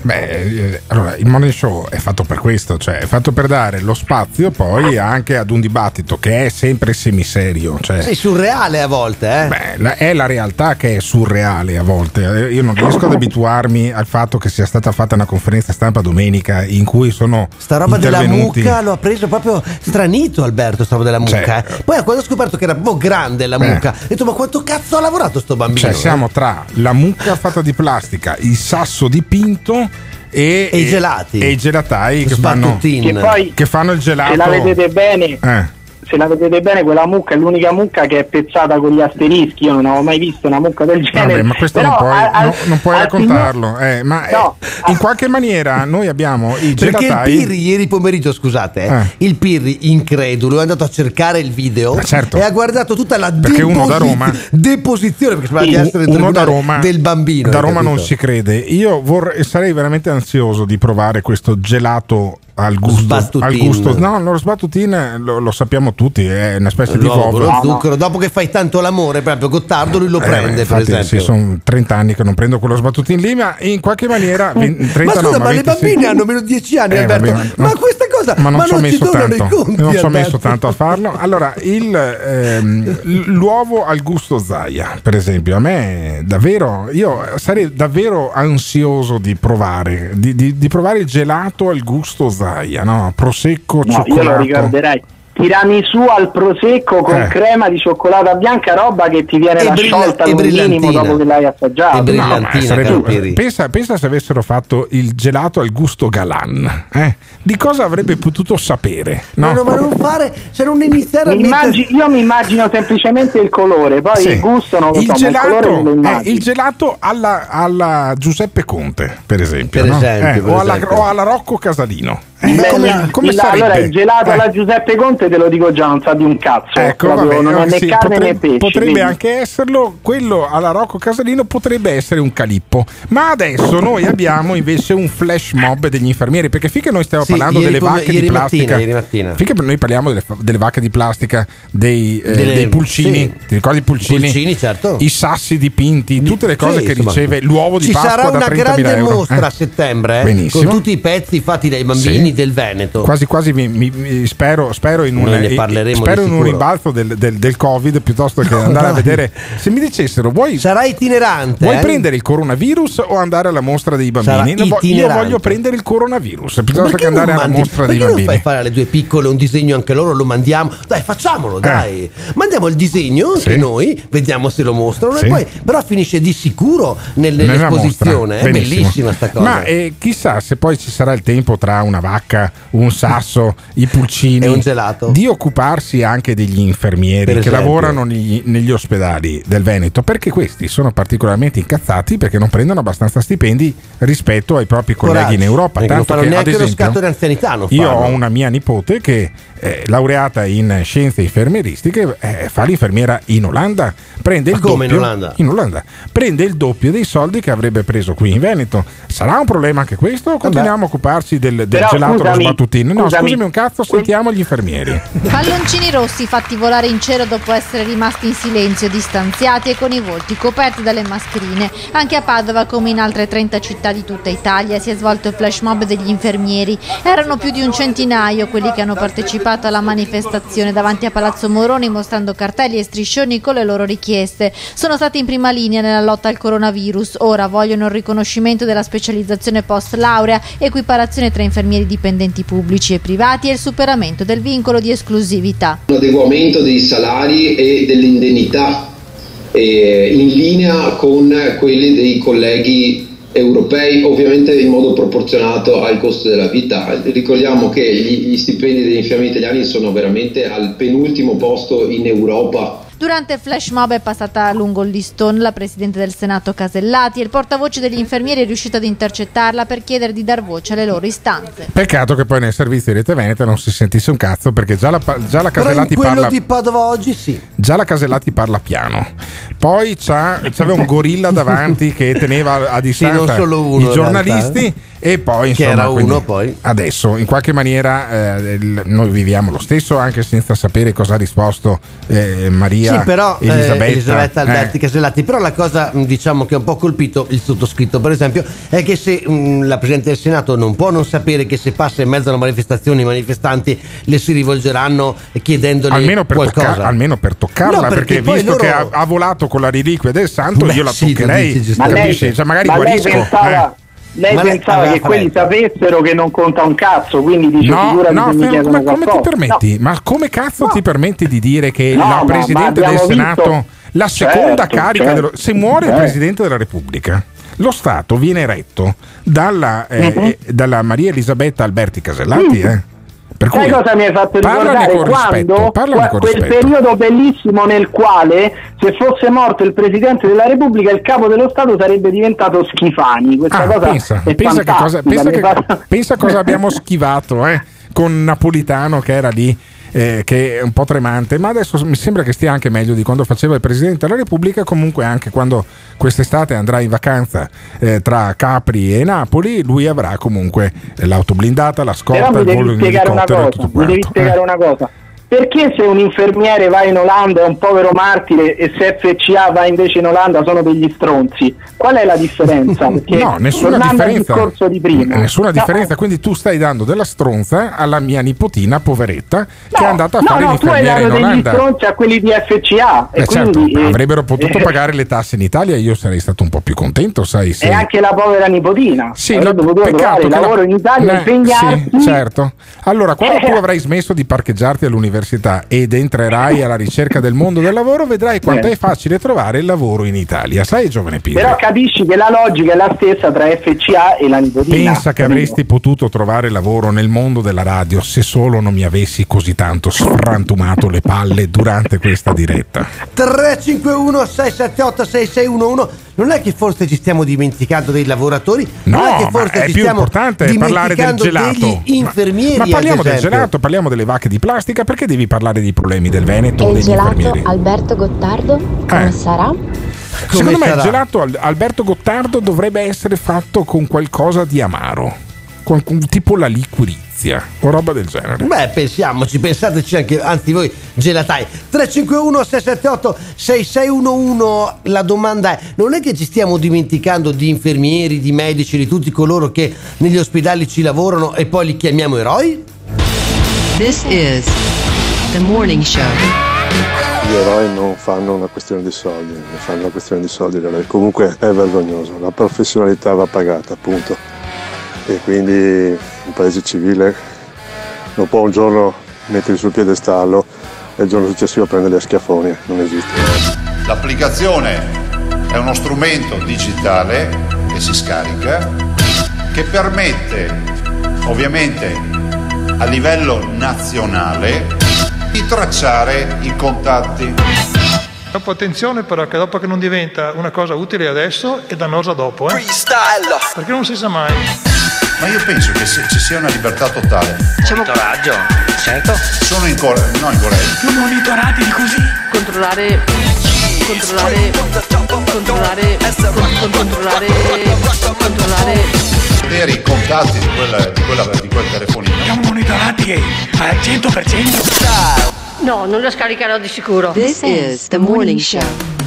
Beh, allora il Morning Show è fatto per questo, cioè è fatto per dare lo spazio poi anche ad un dibattito che è sempre semiserio, cioè Sei surreale a volte, eh? Beh, la, è la realtà che è surreale a volte. Io non riesco ad abituarmi al fatto che sia stata fatta una conferenza stampa domenica in cui sono sta roba della intervenuti... mucca lo ha preso proprio stranito Alberto, sta roba della mucca. Cioè, eh. Poi quando ho scoperto che era proprio grande la mucca, ho detto ma quanto cazzo ha lavorato sto bambino? Cioè siamo eh? tra la mucca fatta di plastica, il sasso dipinto e, e i gelati e i gelatai che fanno, che, poi, che fanno il gelato. Se la vedete bene, eh. se la vedete bene, quella mucca è l'unica mucca che è pezzata con gli asterischi. Io non avevo mai visto una mucca del genere. Vabbè, ma questo Però, non puoi, al, no, non puoi al, raccontarlo. Eh, ma no, eh, in qualche maniera noi abbiamo i perché gelatai. il Pirri ieri pomeriggio, scusate, eh, Eh. il Pirri incredulo è andato a cercare il video certo. e ha guardato tutta la Perché deposi- uno da Roma- deposizione, perché sembrava Sì, di essere uno da tribunale Roma, del bambino. da hai Roma capito? non si crede. Io vorrei, sarei veramente ansioso di provare questo gelato al gusto, Sbattutin. al gusto. No, lo sbattutin lo, lo sappiamo tutti, è una specie di L'uovo con lo uovo. zucchero, dopo che fai tanto l'amore, proprio Gottardo lui lo Eh, prende, per infatti, esempio. sì, sono trenta anni che non prendo quello sbattutin lì, ma in qualche maniera trenta ma scusa, no, ma le ventisei bambine hanno meno di dieci anni, Eh, Alberto. vabbè, ma no. questa cosa, ma non ci ho ci messo donano tanto, i conti, non ci ho Alberto. messo tanto a farlo. Allora, il, ehm, l'uovo al gusto Zaia, per esempio, a me davvero, io sarei davvero ansioso di provare, di, di, di provare il gelato al gusto Zaia, no? Prosecco, no, cioccolato. io lo ricorderei. Tiramisù al prosecco con Eh. crema di cioccolata bianca, roba che ti viene E la brilla- sciolta e ad un minimo brillantina. dopo che l'hai assaggiato. E No, brillantina, ma sarebbe- caro Pirri. pensa, pensa se avessero fatto il gelato al gusto Galan, eh? Di cosa avrebbe potuto sapere? No? No, no, ma non fare, se non iniziare a Mi mettere- immagini- io mi immagino semplicemente il colore, poi Sì. il gusto non lo il so, ma il colore me lo gelato, eh, immagino. il gelato alla, alla Giuseppe Conte, per esempio, Per no? esempio, Eh, per o, alla, esempio. o alla Rocco Casalino. Eh, Beh, come come il- sarebbe? allora il gelato Eh. alla Giuseppe Conte te lo dico già, non sa di un cazzo, Ecco, proprio, vabbè, non è né sì, carne potrebbe, né pesce. potrebbe quindi- anche esserlo. Quello alla Rocco Casalino potrebbe essere un calippo. Ma adesso noi abbiamo invece un flash mob degli infermieri, perché finché noi stiamo Sì, parlando ieri delle pome- vacche ieri di mattina, plastica, ieri mattina. finché noi parliamo delle, delle vacche di plastica, dei, eh, Delle- dei pulcini, sì. ti ricordi i pulcini? Pulcini, certo. I sassi dipinti, tutte le cose Sì, che insomma, riceve l'uovo di ci Pasqua sarà da una trentamila grande euro. mostra Eh. a settembre, eh, Benissimo. con tutti i pezzi fatti dai bambini Sì. del Veneto. Quasi quasi mi, mi- mi- spero, spero in un, Noi ne eh, parleremo spero di in un sicuro. rimbalzo del, del- del Covid piuttosto che No, andare a dai. vedere. Se mi dicessero vuoi, Sarà itinerante. vuoi eh? prendere il coronavirus o andare alla mostra dei Sarà bambini? No, vo- io itinerante. voglio prendere il coronavirus piuttosto Perché che andare non alla mandi- mostra dei perché non bambini. fai fare alle due piccole un disegno anche loro, lo mandiamo? Dai, facciamolo, dai. Mandiamo il disegno anche Eh. Sì. noi, vediamo se lo mostrano Sì. e poi però finisce di sicuro nel- Nella nell'esposizione. mostra. È Benissimo. bellissima sta cosa. Ma eh, chissà se poi ci sarà il tempo tra una vacca, un sasso, i pulcini E un gelato. di occuparsi anche degli infermieri Per che esempio. lavorano negli, negli ospedali del Veneto, perché questi sono particolarmente incazzati perché non prendono abbastanza stipendi rispetto ai propri colleghi Coraggio. in Europa. Perché non Tanto fanno che, ad neanche lo esempio, scatto di anzianità, non io fanno. ho una mia nipote che è laureata in scienze infermieristiche, eh, fa l'infermiera in Olanda, prende il Ma come in doppio Olanda? in Olanda, prende il doppio dei soldi che avrebbe preso qui in Veneto. Sarà un problema anche questo o continuiamo a occuparsi del, del Però, gelato allo scusami, sbattutino? No, scusami. scusami un cazzo, sentiamo gli infermieri. Palloncini rossi fatti volare in cielo dopo essere rimasti in silenzio, distanziati e con i volti coperti dalle mascherine. Anche a Padova, come in altre trenta città di tutta Italia, si è svolto il flash mob degli infermieri. Erano più di un centinaio quelli che hanno partecipato alla manifestazione davanti a Palazzo Moroni, mostrando cartelli e striscioni con le loro richieste. Sono stati in prima linea nella lotta al coronavirus. Ora vogliono il riconoscimento della specializzazione post laurea, equiparazione tra infermieri dipendenti pubblici e privati e il superamento del vincolo di esclusività. Un adeguamento dei salari e delle indennità eh, in linea con quelli dei colleghi europei, ovviamente in modo proporzionato al costo della vita. Ricordiamo che gli, gli stipendi degli infermieri italiani sono veramente al penultimo posto in Europa. Durante il flash mob è passata lungo il listone la Presidente del Senato Casellati e il portavoce degli infermieri è riuscito ad intercettarla per chiedere di dar voce alle loro istanze. Peccato che poi nel servizio di Rete Veneta non si sentisse un cazzo, perché già la, già la Però in Casellati quello parla di Padova oggi sì. già la Casellati parla piano, poi c'ha, c'aveva un gorilla davanti che teneva a distanza non solo uno, i in giornalisti realtà, E poi che insomma, era uno poi. Adesso in qualche maniera eh, il, noi viviamo lo stesso, anche senza sapere cosa ha risposto eh, Maria sì, però, Elisabetta, eh, Elisabetta Alberti eh. Casellati. Però la cosa diciamo che ha un po' colpito il sottoscritto, per esempio, è che se mh, la Presidente del Senato non può non sapere che se passa in mezzo a una manifestazione i manifestanti le si rivolgeranno chiedendole almeno per, qualcosa. tocca- almeno per toccarla, No, perché, perché visto loro... che ha, ha volato con la reliquia del santo, Beh, io la sì, toccherei, dici, ma lei, capisci? Cioè, magari ma lei guarisco. pensava, eh. lei Ma lei pensava aveva che quelli fretta. sapessero che non conta un cazzo, quindi dice No, figurati no, se mi fermo, chiedono come, come ti qualcosa. permetti? No. Ma come cazzo No. ti permetti di dire che No, la ma- Presidente ma del abbiamo Senato, visto- la seconda Certo, carica, certo. dello- se muore il Eh. Presidente della Repubblica, lo Stato viene retto dalla, eh, Mhm. eh, dalla Maria Elisabetta Alberti Casellati, Mm. eh. Per Sai cui cosa mi hai fatto parlane ricordare? con rispetto, Quando parlane qua- con quel rispetto. periodo bellissimo nel quale se fosse morto il Presidente della Repubblica il capo dello Stato sarebbe diventato Schifani. Questa Ah, cosa pensa, è pensa che cosa, fantastica, pensa mi che- fa- pensa cosa abbiamo schivato eh, con Napolitano che era lì, eh, che è un po' tremante, ma adesso mi sembra che stia anche meglio di quando faceva il Presidente della Repubblica. Comunque anche quando quest'estate andrà in vacanza eh, tra Capri e Napoli, lui avrà comunque l'auto blindata, la scorta, Però mi il volo devi in spiegare una elicottero e cosa, tutto mi devi quanto. spiegare Eh. una cosa. Perché se un infermiere va in Olanda è un povero martire e se F C A va invece in Olanda sono degli stronzi? Qual è la differenza? Perché No, nessuna tornando al differenza. discorso di prima, Nessuna no, differenza, quindi tu stai dando della stronza alla mia nipotina poveretta che no, è andata a no, fare no, tu hai l'infermiera dato in degli Olanda. stronzi a quelli di F C A e Eh, certo, quindi eh, avrebbero potuto eh, pagare le tasse in Italia, io sarei stato un po' più contento, sai, se... e anche la povera nipotina Sì, avrebbe la- potuto trovare che la- lavoro in Italia e Eh, impegnarsi. sì, certo. Allora, quando tu Eh. avrai smesso di parcheggiarti all'università ed entrerai alla ricerca del mondo del lavoro, vedrai quanto Eh. è facile trovare il lavoro in Italia. Sai, giovane Pino? Però capisci che la logica è la stessa tra F C A e la nipotina. Pensa che avresti potuto trovare lavoro nel mondo della radio se solo non mi avessi così tanto sfrantumato le palle durante questa diretta. tre cinque uno sei sette otto sei sei uno uno. Non è che forse ci stiamo dimenticando dei lavoratori? No, non è che ma forse è ci più stiamo importante parlare del dimenticando gelato. degli infermieri, Ma, ma parliamo ad del esempio. gelato, parliamo delle vacche di plastica, perché devi parlare dei problemi del Veneto o E il degli gelato infermieri? Alberto Gottardo come Eh. sarà? Secondo me sarà? il gelato Al- Alberto Gottardo dovrebbe essere fatto con qualcosa di amaro, con, con- tipo la liquirizia o roba del genere. Beh, pensiamoci, pensateci anche, anzi voi gelatai. tre cinque uno sei sette otto sei sei uno uno. La domanda è: non è che ci stiamo dimenticando di infermieri, di medici, di tutti coloro che negli ospedali ci lavorano e poi li chiamiamo eroi? This is the morning show. Gli eroi non fanno una questione di soldi, non fanno una questione di soldi, gli eroi. Comunque è vergognoso, la professionalità va pagata, appunto. E quindi un paese civile non può un giorno metterli sul piedestallo e il giorno successivo prenderli a schiaffoni, non esiste. L'applicazione è uno strumento digitale che si scarica, che permette ovviamente a livello nazionale di tracciare i contatti. Dopo attenzione però che dopo che non diventa una cosa utile adesso e dannosa dopo, eh? Perché non si sa mai. Ma io penso che se ci sia una libertà totale. Monitoraggio, certo. Sono in Corea, no in Corea. Più monitorati di così. Controllare, controllare, controllare, con- controllare, controllare. Vedere i contatti di, quella, di, quella, di quel telefonino. Siamo monitorati al cento per cento. No, non lo scaricherò di sicuro. This is the morning show.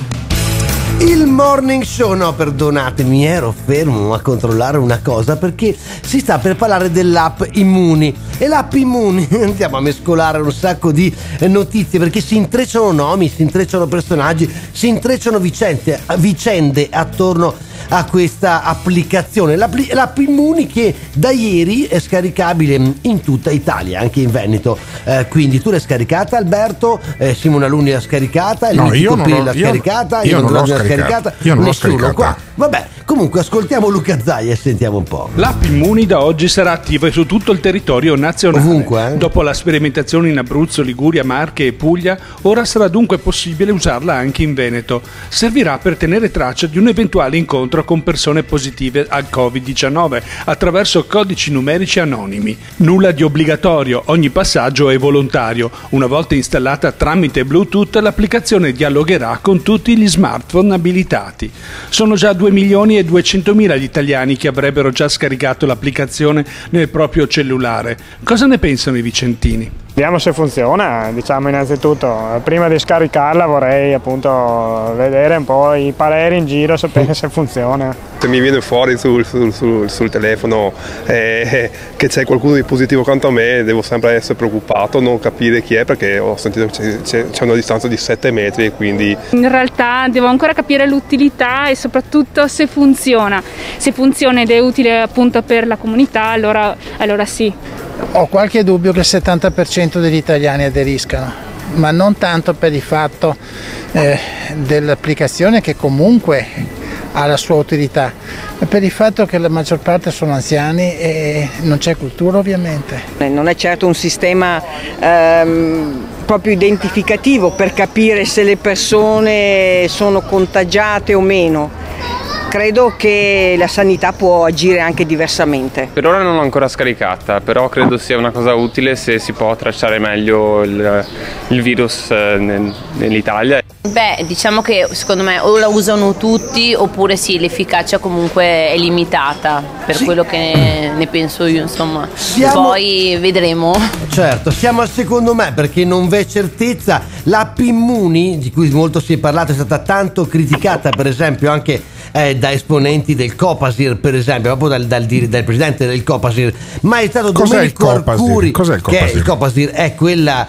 Il morning show, no, perdonatemi, ero fermo a controllare una cosa perché si sta per parlare dell'app Immuni. E l'app Immuni, andiamo a mescolare un sacco di notizie perché si intrecciano nomi, si intrecciano personaggi, si intrecciano vicende, vicende attorno a questa applicazione. L'appli- l'app Immuni che da ieri è scaricabile in tutta Italia, anche in Veneto. Eh, quindi tu l'hai scaricata, Alberto? Eh, Simona Luni l'ha scaricata? Il No, mitico io non Pili l'ho- l'ha io- scaricata? io non l'ho l'ha scaricata. Io non l'ho Nessuno scaricata. qua. Vabbè, comunque ascoltiamo Luca Zaia e sentiamo un po'. L'app Immuni da oggi sarà attiva su tutto il territorio nazionale. Ovunque, eh? Dopo la sperimentazione in Abruzzo, Liguria, Marche e Puglia, ora sarà dunque possibile usarla anche in Veneto. Servirà per tenere traccia di un eventuale incontro con persone positive al covid diciannove attraverso codici numerici anonimi. Nulla di obbligatorio, ogni passaggio è volontario. Una volta installata tramite Bluetooth, l'applicazione dialogherà con tutti gli smartphone abilitati. Sono già due milioni e duecentomila gli italiani che avrebbero già scaricato l'applicazione nel proprio cellulare. Cosa ne pensano i vicentini? Vediamo se funziona. Diciamo innanzitutto, prima di scaricarla vorrei appunto vedere un po' i pareri in giro, sapere se funziona. Se mi viene fuori sul, sul, sul, sul telefono eh, che c'è qualcuno di positivo accanto a me, devo sempre essere preoccupato, non capire chi è, perché ho sentito che c'è, c'è una distanza di sette metri e quindi... In realtà devo ancora capire l'utilità e soprattutto se funziona. Se funziona ed è utile appunto per la comunità, allora, allora sì. Ho qualche dubbio che il settanta per cento degli italiani aderiscano, ma non tanto per il fatto eh, dell'applicazione, che comunque ha la sua utilità, ma per il fatto che la maggior parte sono anziani e non c'è cultura ovviamente. Non è certo un sistema ehm, proprio identificativo per capire se le persone sono contagiate o meno. Credo che la sanità può agire anche diversamente. Per ora non l'ho ancora scaricata, però credo sia una cosa utile se si può tracciare meglio il, il virus nel, nell'Italia. Beh, diciamo che secondo me o la usano tutti oppure sì, l'efficacia comunque è limitata, per sì. quello che ne, ne penso io, insomma. Siamo... Poi vedremo. Certo, siamo al secondo me perché non v'è certezza. L'app Immuni, di cui molto si è parlato, è stata tanto criticata, per esempio anche eh, da esponenti del Copasir, per esempio, proprio dal, dal, dal presidente del Copasir, ma è stato Cos'è Domenico il Copasir? Arcuri. Cos'è il Copasir? Che il Copasir è quella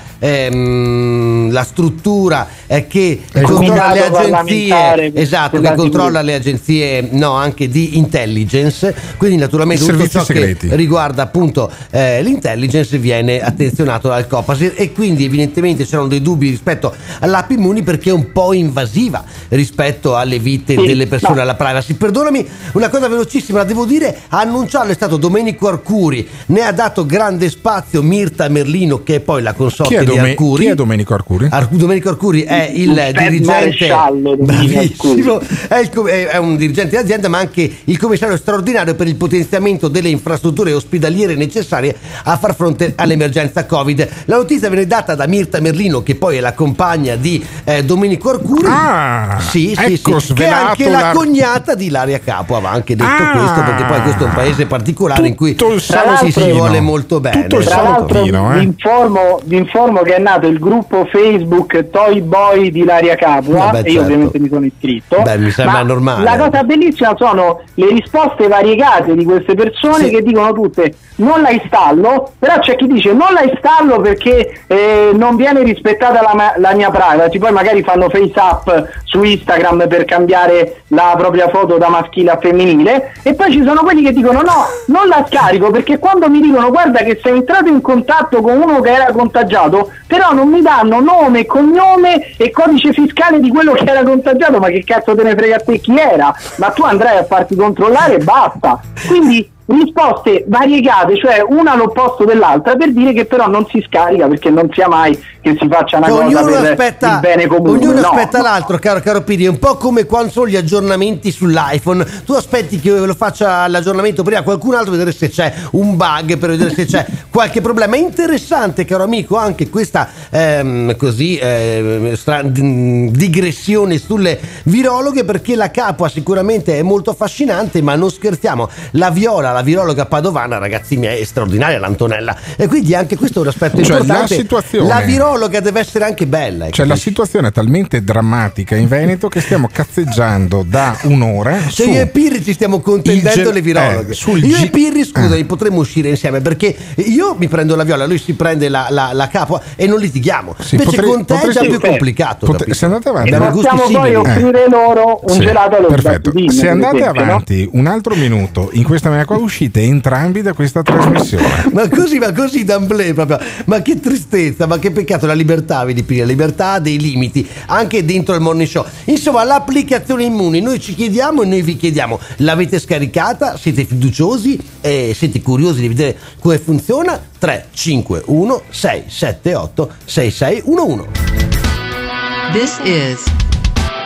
ehm, la struttura eh, che Il controlla le comitato agenzie, parlamentare, esatto, che esatto, controlla le agenzie, no, anche di intelligence, quindi naturalmente I tutto servizi ciò segreti. che riguarda appunto eh, l'intelligence viene attenzionato dal Copasir, e quindi evidentemente c'erano dei dubbi rispetto all'app Immuni perché è un po' invasiva rispetto alle vite Sì, delle persone, no. alla privacy. Perdonami, una cosa velocissima la devo dire, a annunciarlo è stato Domenico Arcuri, ne ha dato grande spazio Mirta Merlino, che è poi la Chi consorte è, di Dome- Arcuri. chi è Domenico Arcuri? Ar- Domenico Arcuri è il Fred dirigente, Maresciallo, bravissimo, è, il co- è un dirigente di azienda, ma anche il commissario straordinario per il potenziamento delle infrastrutture ospedaliere necessarie a far fronte all'emergenza Covid. La notizia viene data da Mirta Merlino, che poi è la compagna di eh, Domenico Arcuri. Ah, sì, sì, ecco sì, che è anche svelato la la- cognata di Ilaria Capo. Aveva anche detto Ah. questo, perché poi questo è un paese particolare in cui Tutto il ci si salottino. vuole molto bene. Tutto il Tra l'altro salottino, eh. vi, informo, vi informo che è nato il gruppo Facebook Toy Boy di Ilaria Capua, Vabbè, e io certo. ovviamente mi sono iscritto. Beh, mi sembra Ma normale. La cosa bellissima sono le risposte variegate di queste persone, Sì. che dicono tutte non la installo, però c'è chi dice non la installo perché eh, non viene rispettata la, ma- la mia privacy, poi magari fanno face up su Instagram per cambiare la propria foto da maschile a femminile, e poi ci sono quelli che dicono no, non la scarico perché quando mi dicono guarda che sei entrato in contatto con uno che era contagiato, però non mi danno nome, cognome e codice fiscale di quello che era contagiato, ma che cazzo te ne frega a te chi era? Ma tu andrai a farti controllare e basta. Quindi risposte variegate, cioè una all'opposto dell'altra, per dire che però non si scarica perché non sia mai che si faccia una Che cosa ognuno per aspetta, il bene comune. ognuno no. aspetta l'altro, caro, caro Piri. È un po' come quando sono gli aggiornamenti sull'iPhone. Tu aspetti che lo faccia l'aggiornamento prima qualcun altro, vedere se c'è un bug, per vedere se c'è qualche problema. È interessante, caro amico, anche questa ehm, così ehm, stra- digressione sulle virologhe, perché la Capua sicuramente è molto affascinante, ma non scherziamo, la Viola, la virologa padovana, ragazzi miei, è straordinaria, l'Antonella, e quindi anche questo è un aspetto Cioè, importante. la situazione- La virologa deve essere anche bella, Cioè la situazione è talmente drammatica in Veneto che stiamo cazzeggiando da un'ora. Cioè su io e Pirri ci stiamo contendendo il ge- le virologhe. eh, sul io G- e Pirri, scusami, eh. potremmo uscire insieme, perché io mi prendo la Viola, lui si prende la, la, la Capua e non litighiamo. Sì, Invece potrei- con te è già potresti- più complicato. potre- capito? se andate avanti- Abbiamo E gusti possiamo poi simili. offrire loro un Sì, gelato allo perfetto. Sbattutino, Se per andate esempio, no? avanti un altro minuto in questa maniera qua, uscite entrambi da questa trasmissione. Ma così, ma così d'amblè proprio. Ma che tristezza, ma che peccato, la libertà, vedi Piri, la libertà ha dei limiti, anche dentro il morning show. Insomma, l'applicazione Immuni, noi ci chiediamo e noi vi chiediamo, l'avete scaricata? Siete fiduciosi? E siete curiosi di vedere come funziona? tre cinque uno sei sette otto sei sei uno uno. This is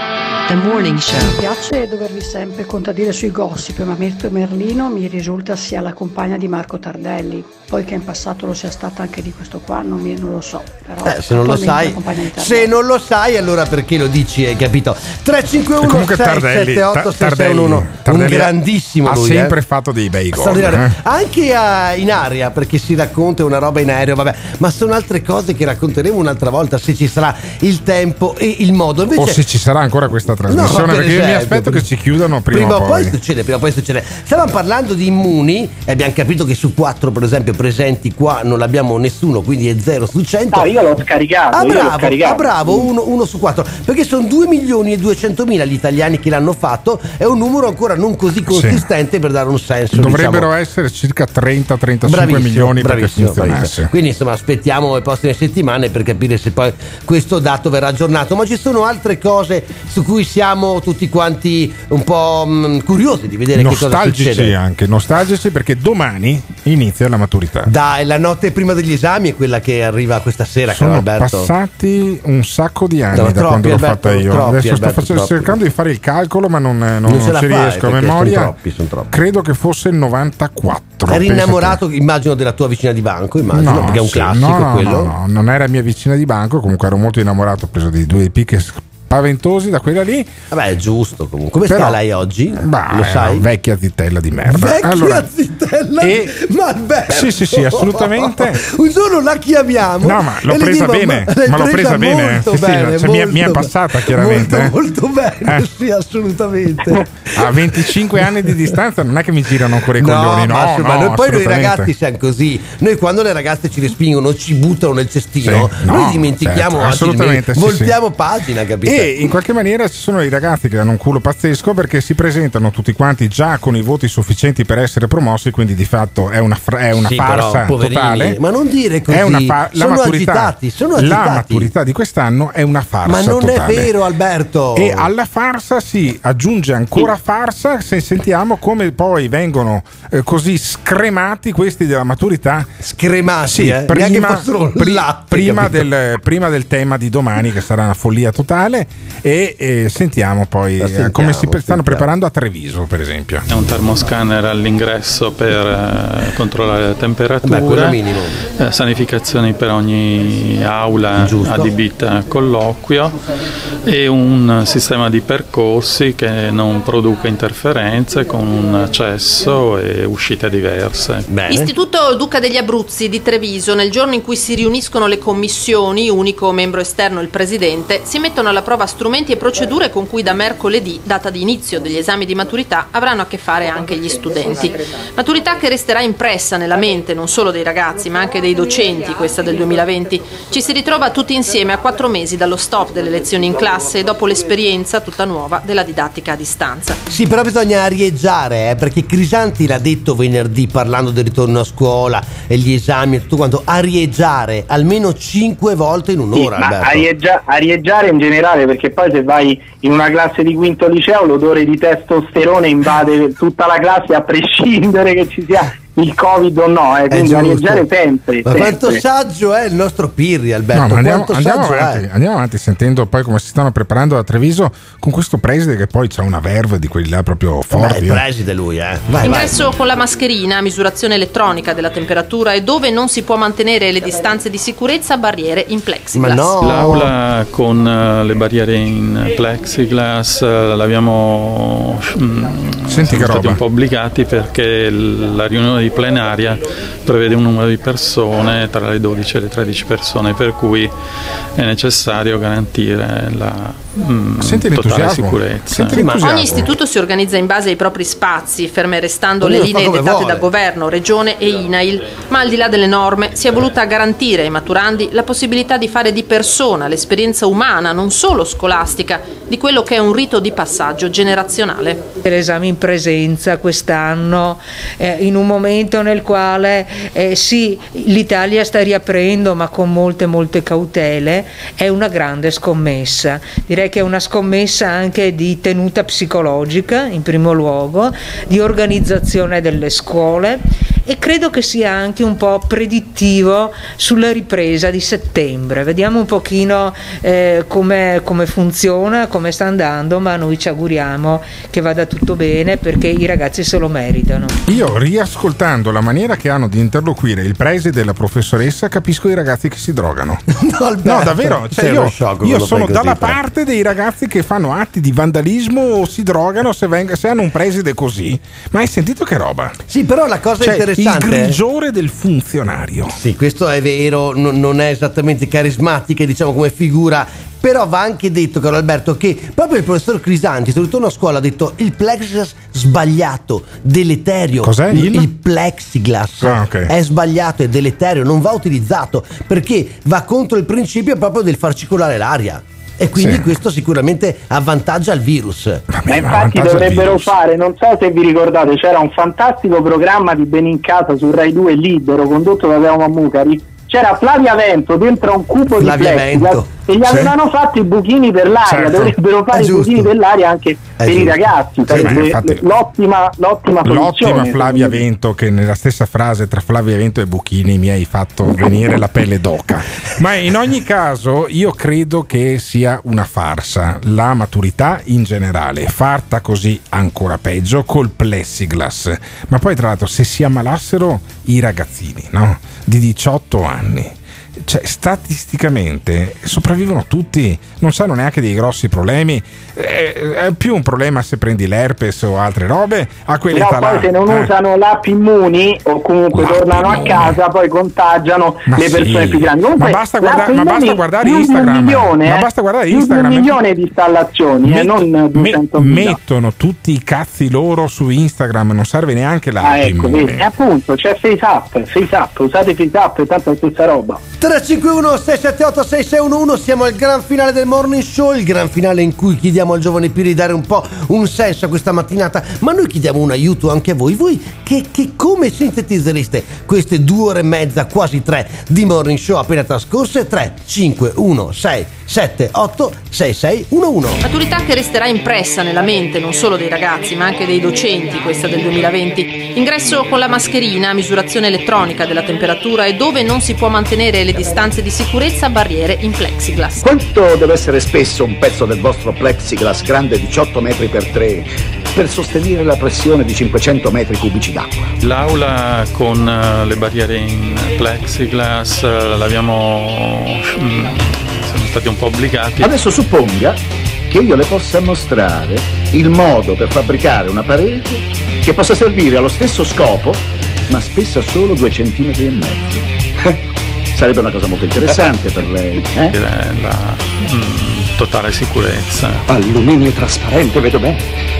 The Morning Show. Mi piace dovervi sempre contraddire sui gossip, ma Mirto Merlino mi risulta sia la compagna di Marco Tardelli. Poi che in passato lo sia stata anche di questo qua, non, mi, non lo so. Però eh, se non lo sai, se non lo sai, allora perché lo dici, hai capito? tre cinque uno sei sette otto sei sei uno. Un grandissimo ha lui, sempre eh. fatto dei bei gol, eh. Anche uh, in aria, perché si racconta una roba in aereo, vabbè, ma sono altre cose che racconteremo un'altra volta, se ci sarà il tempo e il modo. Invece, o se ci sarà ancora questa trasmissione, no, per perché esempio, mi aspetto che ci chiudano prima, prima o poi. poi succede, prima o poi succede. Stavamo parlando di immuni e abbiamo capito che su quattro, per esempio, presenti qua non l'abbiamo nessuno, quindi è zero su cento. No, io l'ho scaricato. Ah, io bravo, l'ho scaricato. Ah, bravo, uno, uno su quattro, perché sono due milioni e duecentomila gli italiani che l'hanno fatto, è un numero ancora non così consistente, sì, per dare un senso. Dovrebbero, diciamo, essere circa trenta trentacinque milioni perché funzionasse. Quindi insomma aspettiamo le prossime settimane per capire se poi questo dato verrà aggiornato, ma ci sono altre cose su cui siamo tutti quanti un po' mh, curiosi di vedere che cosa succede. Nostalgici anche, nostalgici perché domani inizia la maturità. Dai, la notte prima degli esami è quella che arriva questa sera. Sono Alberto. passati un sacco di anni no, da troppi, quando l'ho Alberto, fatta io. troppi, Adesso Alberto, sto facendo, cercando di fare il calcolo, ma non, non, non, non ci riesco a memoria. Sono troppi, sono troppi. Credo che fosse il novantaquattro. Eri innamorato, immagino, della tua vicina di banco, immagino, no, perché è un sì, classico no, no, quello. No, no, non era mia vicina di banco, comunque ero molto innamorato, ho preso dei due picche spaventosi da quella lì. Vabbè, è giusto comunque. Come Però, sta lei oggi? Bah, lo sai? Vecchia zitella di merda. Vecchia allora, zitella e, di Alberto. Sì, sì, sì, assolutamente. Un giorno la chiamiamo. No, ma l'ho e presa dico, bene. Ma, ma l'ho presa bene. Sì, bene sì, cioè, mi, è, mi è passata chiaramente. Molto, molto bene, eh. sì, assolutamente. A venticinque anni di distanza non è che mi girano ancora i no, coglioni, no, ma, no, ma noi poi noi ragazzi siamo così. Noi quando le ragazze ci respingono, ci buttano nel cestino, sì, noi no, dimentichiamo, certo, assolutamente, sì, voltiamo sì. pagina, capito? E in qualche maniera ci sono i ragazzi che hanno un culo pazzesco perché si presentano tutti quanti già con i voti sufficienti per essere promossi, quindi di fatto è una, è una sì, farsa però, totale. Ma non dire così, è una fa- la sono maturità, agitati, sono agitati. La maturità di quest'anno è una farsa ma non totale. È vero, Alberto. E alla farsa si aggiunge ancora farsa se sentiamo come poi vengono eh, così scremati questi della maturità. Scremati, sì, eh? prima, pri- latte, prima, del, prima del tema di domani, che sarà una follia totale, e, e sentiamo poi eh, sentiamo, come si stanno sentiamo. preparando a Treviso, per esempio. È un termoscanner all'ingresso per eh, controllare la temperatura, eh, sanificazioni per ogni aula Giusto. adibita a colloquio e un sistema di percorsi che non produca interferenze, con un accesso e uscite diverse. Bene. Istituto Duca degli Abruzzi di Treviso, nel giorno in cui si riuniscono le commissioni, unico membro esterno il presidente, si mettono alla prova strumenti e procedure con cui da mercoledì, data di inizio degli esami di maturità, avranno a che fare anche gli studenti. Maturità che resterà impressa nella mente non solo dei ragazzi ma anche dei docenti, questa del duemilaventi. Ci si ritrova tutti insieme a quattro mesi dallo stop delle lezioni in classe e dopo l'esperienza tutta nuova della didattica a distanza. Sì, però bisogna arieggiare, eh, perché Crisanti l'ha detto venerdì parlando del ritorno a scuola e gli esami e tutto quanto, arieggiare almeno cinque volte in un'ora. Sì, ma Alberto. arieggia- arieggiare in generale, perché poi se vai in una classe di quinto liceo l'odore di testosterone invade tutta la classe a prescindere che ci sia il Covid o no, eh, quindi arieggiare sempre. Ma sempre. quanto saggio è il nostro Pirri, Alberto? No, ma andiamo, quanto andiamo, saggio avanti, è? andiamo avanti sentendo poi come si stanno preparando a Treviso con questo preside che poi c'ha una verve di quelli là proprio forti. Beh, il preside lui, eh. Vai, Ingresso vai. con la mascherina, misurazione elettronica della temperatura e dove non si può mantenere le distanze di sicurezza, barriere in plexiglass. Ma no. L'aula con uh, le barriere in plexiglass uh, l'abbiamo mh, Senti siamo che stati roba. un po' obbligati perché l- la riunione di plenaria prevede un numero di persone tra le dodici e le tredici persone, per cui è necessario garantire la mh, totale sicurezza. Ogni istituto si organizza in base ai propri spazi, ferme restando Ognuno le linee fa come dettate vuole. da governo, regione e I N A I L, ma al di là delle norme si è voluta garantire ai maturandi la possibilità di fare di persona l'esperienza umana, non solo scolastica, di quello che è un rito di passaggio generazionale. L'esame in presenza quest'anno, eh, in un momento nel quale eh, sì, l'Italia sta riaprendo ma con molte molte cautele, è una grande scommessa. Direi che è una scommessa anche di tenuta psicologica in primo luogo, di organizzazione delle scuole e credo che sia anche un po' predittivo sulla ripresa di settembre. Vediamo un pochino eh, come, come funziona, come sta andando, ma noi ci auguriamo che vada tutto bene perché i ragazzi se lo meritano. Io, riascoltando la maniera che hanno di interloquire il preside e la professoressa, capisco i ragazzi che si drogano. No, Alberto, no davvero, cioè io, io sono dalla parte dei ragazzi che fanno atti di vandalismo o si drogano se, venga, se hanno un preside così. Ma hai sentito che roba? Sì, però la cosa cioè, interessante, il grigiore del funzionario. Sì, questo è vero, non, non è esattamente carismatica, diciamo, come figura, però va anche detto, caro Alberto, che proprio il professor Crisanti, sul ritorno a scuola, ha detto il plexiglass sbagliato, deleterio. Cos'è? Il, il plexiglass ah, okay. è sbagliato, è deleterio, non va utilizzato perché va contro il principio proprio del far circolare l'aria. E quindi sì, questo sicuramente avvantaggia il virus. Ma, ma infatti dovrebbero fare, non so se vi ricordate, c'era un fantastico programma di Bene in Casa su Rai due Libero condotto da Leo Mammucari. C'era Flavia Vento dentro a un cubo Flavia di plexiglass e gli sì, avevano fatto i buchini per l'aria, certo, dovrebbero fare i buchini per l'aria anche è per giusto. I ragazzi, sì, infatti, l'ottima, l'ottima l'ottima Flavia Vento, che nella stessa frase tra Flavia Vento e Buchini mi hai fatto venire la pelle d'oca. Ma in ogni caso io credo che sia una farsa la maturità in generale, fatta così ancora peggio col plexiglass. Ma poi tra l'altro se si ammalassero i ragazzini, no? Di diciotto anni, cioè statisticamente sopravvivono tutti, non sanno neanche dei grossi problemi, è, è più un problema se prendi l'herpes o altre robe a quell'età. Però poi là, se non eh. usano l'app Immuni o comunque l'app tornano Immuni. a casa, poi contagiano ma le sì, persone più grandi. Comunque, ma basta, guarda, ma basta guardare Instagram, un milione, ma eh, basta guardare più Instagram, di un milione di installazioni, met, eh, non duecentomila. Mettono tutti i cazzi loro su Instagram, non serve neanche l'app ah, ecco, Immuni. vedi, appunto c'è FaceApp, FaceApp, usate FaceApp, è tanto la stessa roba. tre cinque uno sei sette otto sei sei uno uno, siamo al gran finale del Morning Show, il gran finale in cui chiediamo al giovane Pirri di dare un po' un senso a questa mattinata, ma noi chiediamo un aiuto anche a voi, voi che, che come sintetizzereste queste due ore e mezza, quasi tre, di Morning Show appena trascorse? Tre cinque uno sei sette otto sei sei uno uno. Maturità che resterà impressa nella mente non solo dei ragazzi ma anche dei docenti, questa del duemilaventi. Ingresso con la mascherina, misurazione elettronica della temperatura e dove non si può mantenere le distanze di sicurezza, barriere in plexiglass. Quanto deve essere spesso un pezzo del vostro plexiglass grande diciotto metri per tre per sostenere la pressione di cinquecento metri cubici d'acqua? L'aula con le barriere in plexiglass l'abbiamo mm, siamo stati un po' obbligati. Adesso supponga che io le possa mostrare il modo per fabbricare una parete che possa servire allo stesso scopo ma spessa solo due centimetri e mezzo. Sarebbe una cosa molto interessante per lei, eh? La mm, totale sicurezza. Alluminio trasparente, vedo bene.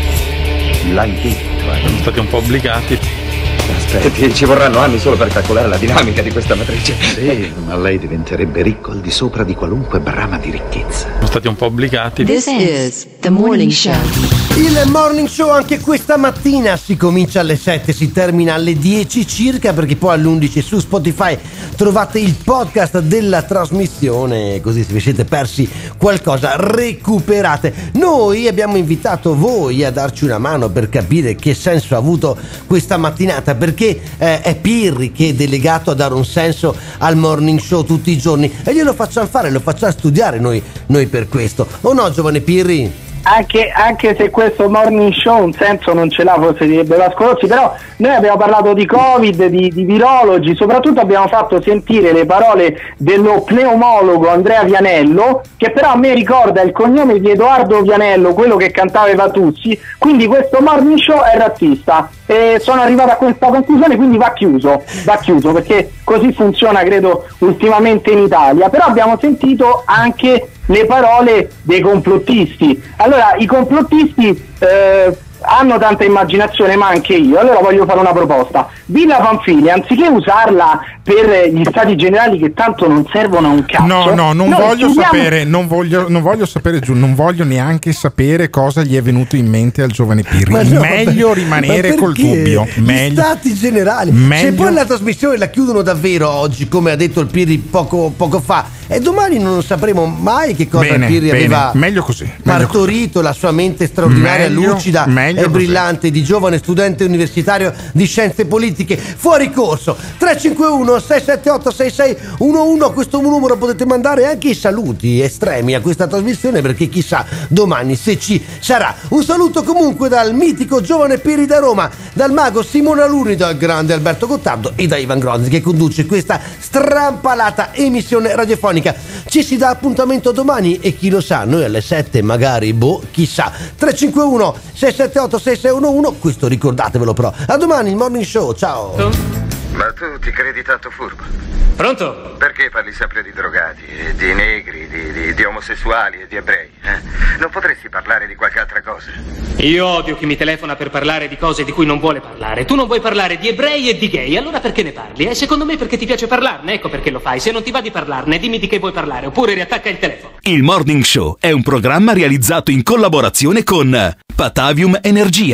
L'hai detto, eh? Siamo stati un po' obbligati. Aspetti, ci vorranno anni solo per calcolare la dinamica di questa matrice. Sì, ma lei diventerebbe ricco al di sopra di qualunque brama di ricchezza. Siamo stati un po' obbligati. This is the Morning Show. Il Morning Show anche questa mattina si comincia alle sette, si termina alle dieci circa, perché poi alle undici su Spotify trovate il podcast della trasmissione, così se vi siete persi qualcosa recuperate. Noi abbiamo invitato voi a darci una mano per capire che senso ha avuto questa mattinata, perché eh, è Pirri che è delegato a dare un senso al Morning Show tutti i giorni e glielo facciamo fare, lo facciamo studiare noi, noi per questo, o no, giovane Pirri? Anche, anche se questo Morning Show un senso non ce l'ha, forse direbbe Vasco Rossi, però noi abbiamo parlato di Covid, di, di virologi, soprattutto abbiamo fatto sentire le parole dello pneumologo Andrea Vianello, che però a me ricorda il cognome di Edoardo Vianello, quello che cantava i Vatussi, quindi questo Morning Show è razzista. E sono arrivato a questa conclusione, quindi va chiuso, va chiuso perché così funziona credo ultimamente in Italia. Però abbiamo sentito anche le parole dei complottisti. Allora, i complottisti eh, hanno tanta immaginazione, ma anche io. Allora voglio fare una proposta. Villa Pamphili, anziché usarla per gli stati generali che tanto non servono a un cazzo, no no non voglio chiudiamo... sapere non voglio, non voglio sapere giù non voglio neanche sapere cosa gli è venuto in mente al giovane Pirri. No, meglio per, rimanere col dubbio, meglio. Gli stati generali, meglio... se poi la trasmissione la chiudono davvero oggi, come ha detto il Pirri poco, poco fa, E domani non sapremo mai che cosa bene, Pirri bene. aveva meglio così, meglio partorito, così. La sua mente straordinaria, meglio, lucida meglio e così. brillante di giovane studente universitario di scienze politiche fuori corso. Tre cinque uno sei sette otto sei sei uno uno, a questo numero potete mandare anche i saluti estremi a questa trasmissione, perché chissà domani se ci sarà. Un saluto comunque dal mitico giovane Pirri da Roma, dal mago Simone Alunni, dal grande Alberto Gottardo e da Ivan Gronzi che conduce questa strampalata emissione radiofonica. Ci si dà appuntamento domani e chi lo sa, noi alle sette magari, boh, chissà. Tre cinque uno sei sette otto sei sei uno uno, questo ricordatevelo però. A domani, il Morning Show, ciao. Ma tu ti credi tanto furbo? Pronto? Perché parli sempre di drogati, di negri, di, di, di omosessuali e di ebrei? Eh? Non potresti parlare di qualche altra cosa? Io odio chi mi telefona per parlare di cose di cui non vuole parlare. Tu non vuoi parlare di ebrei e di gay, allora perché ne parli? E secondo me perché ti piace parlarne, ecco perché lo fai. Se non ti va di parlarne, dimmi di che vuoi parlare, oppure riattacca il telefono. Il Morning Show è un programma realizzato in collaborazione con Patavium Energia.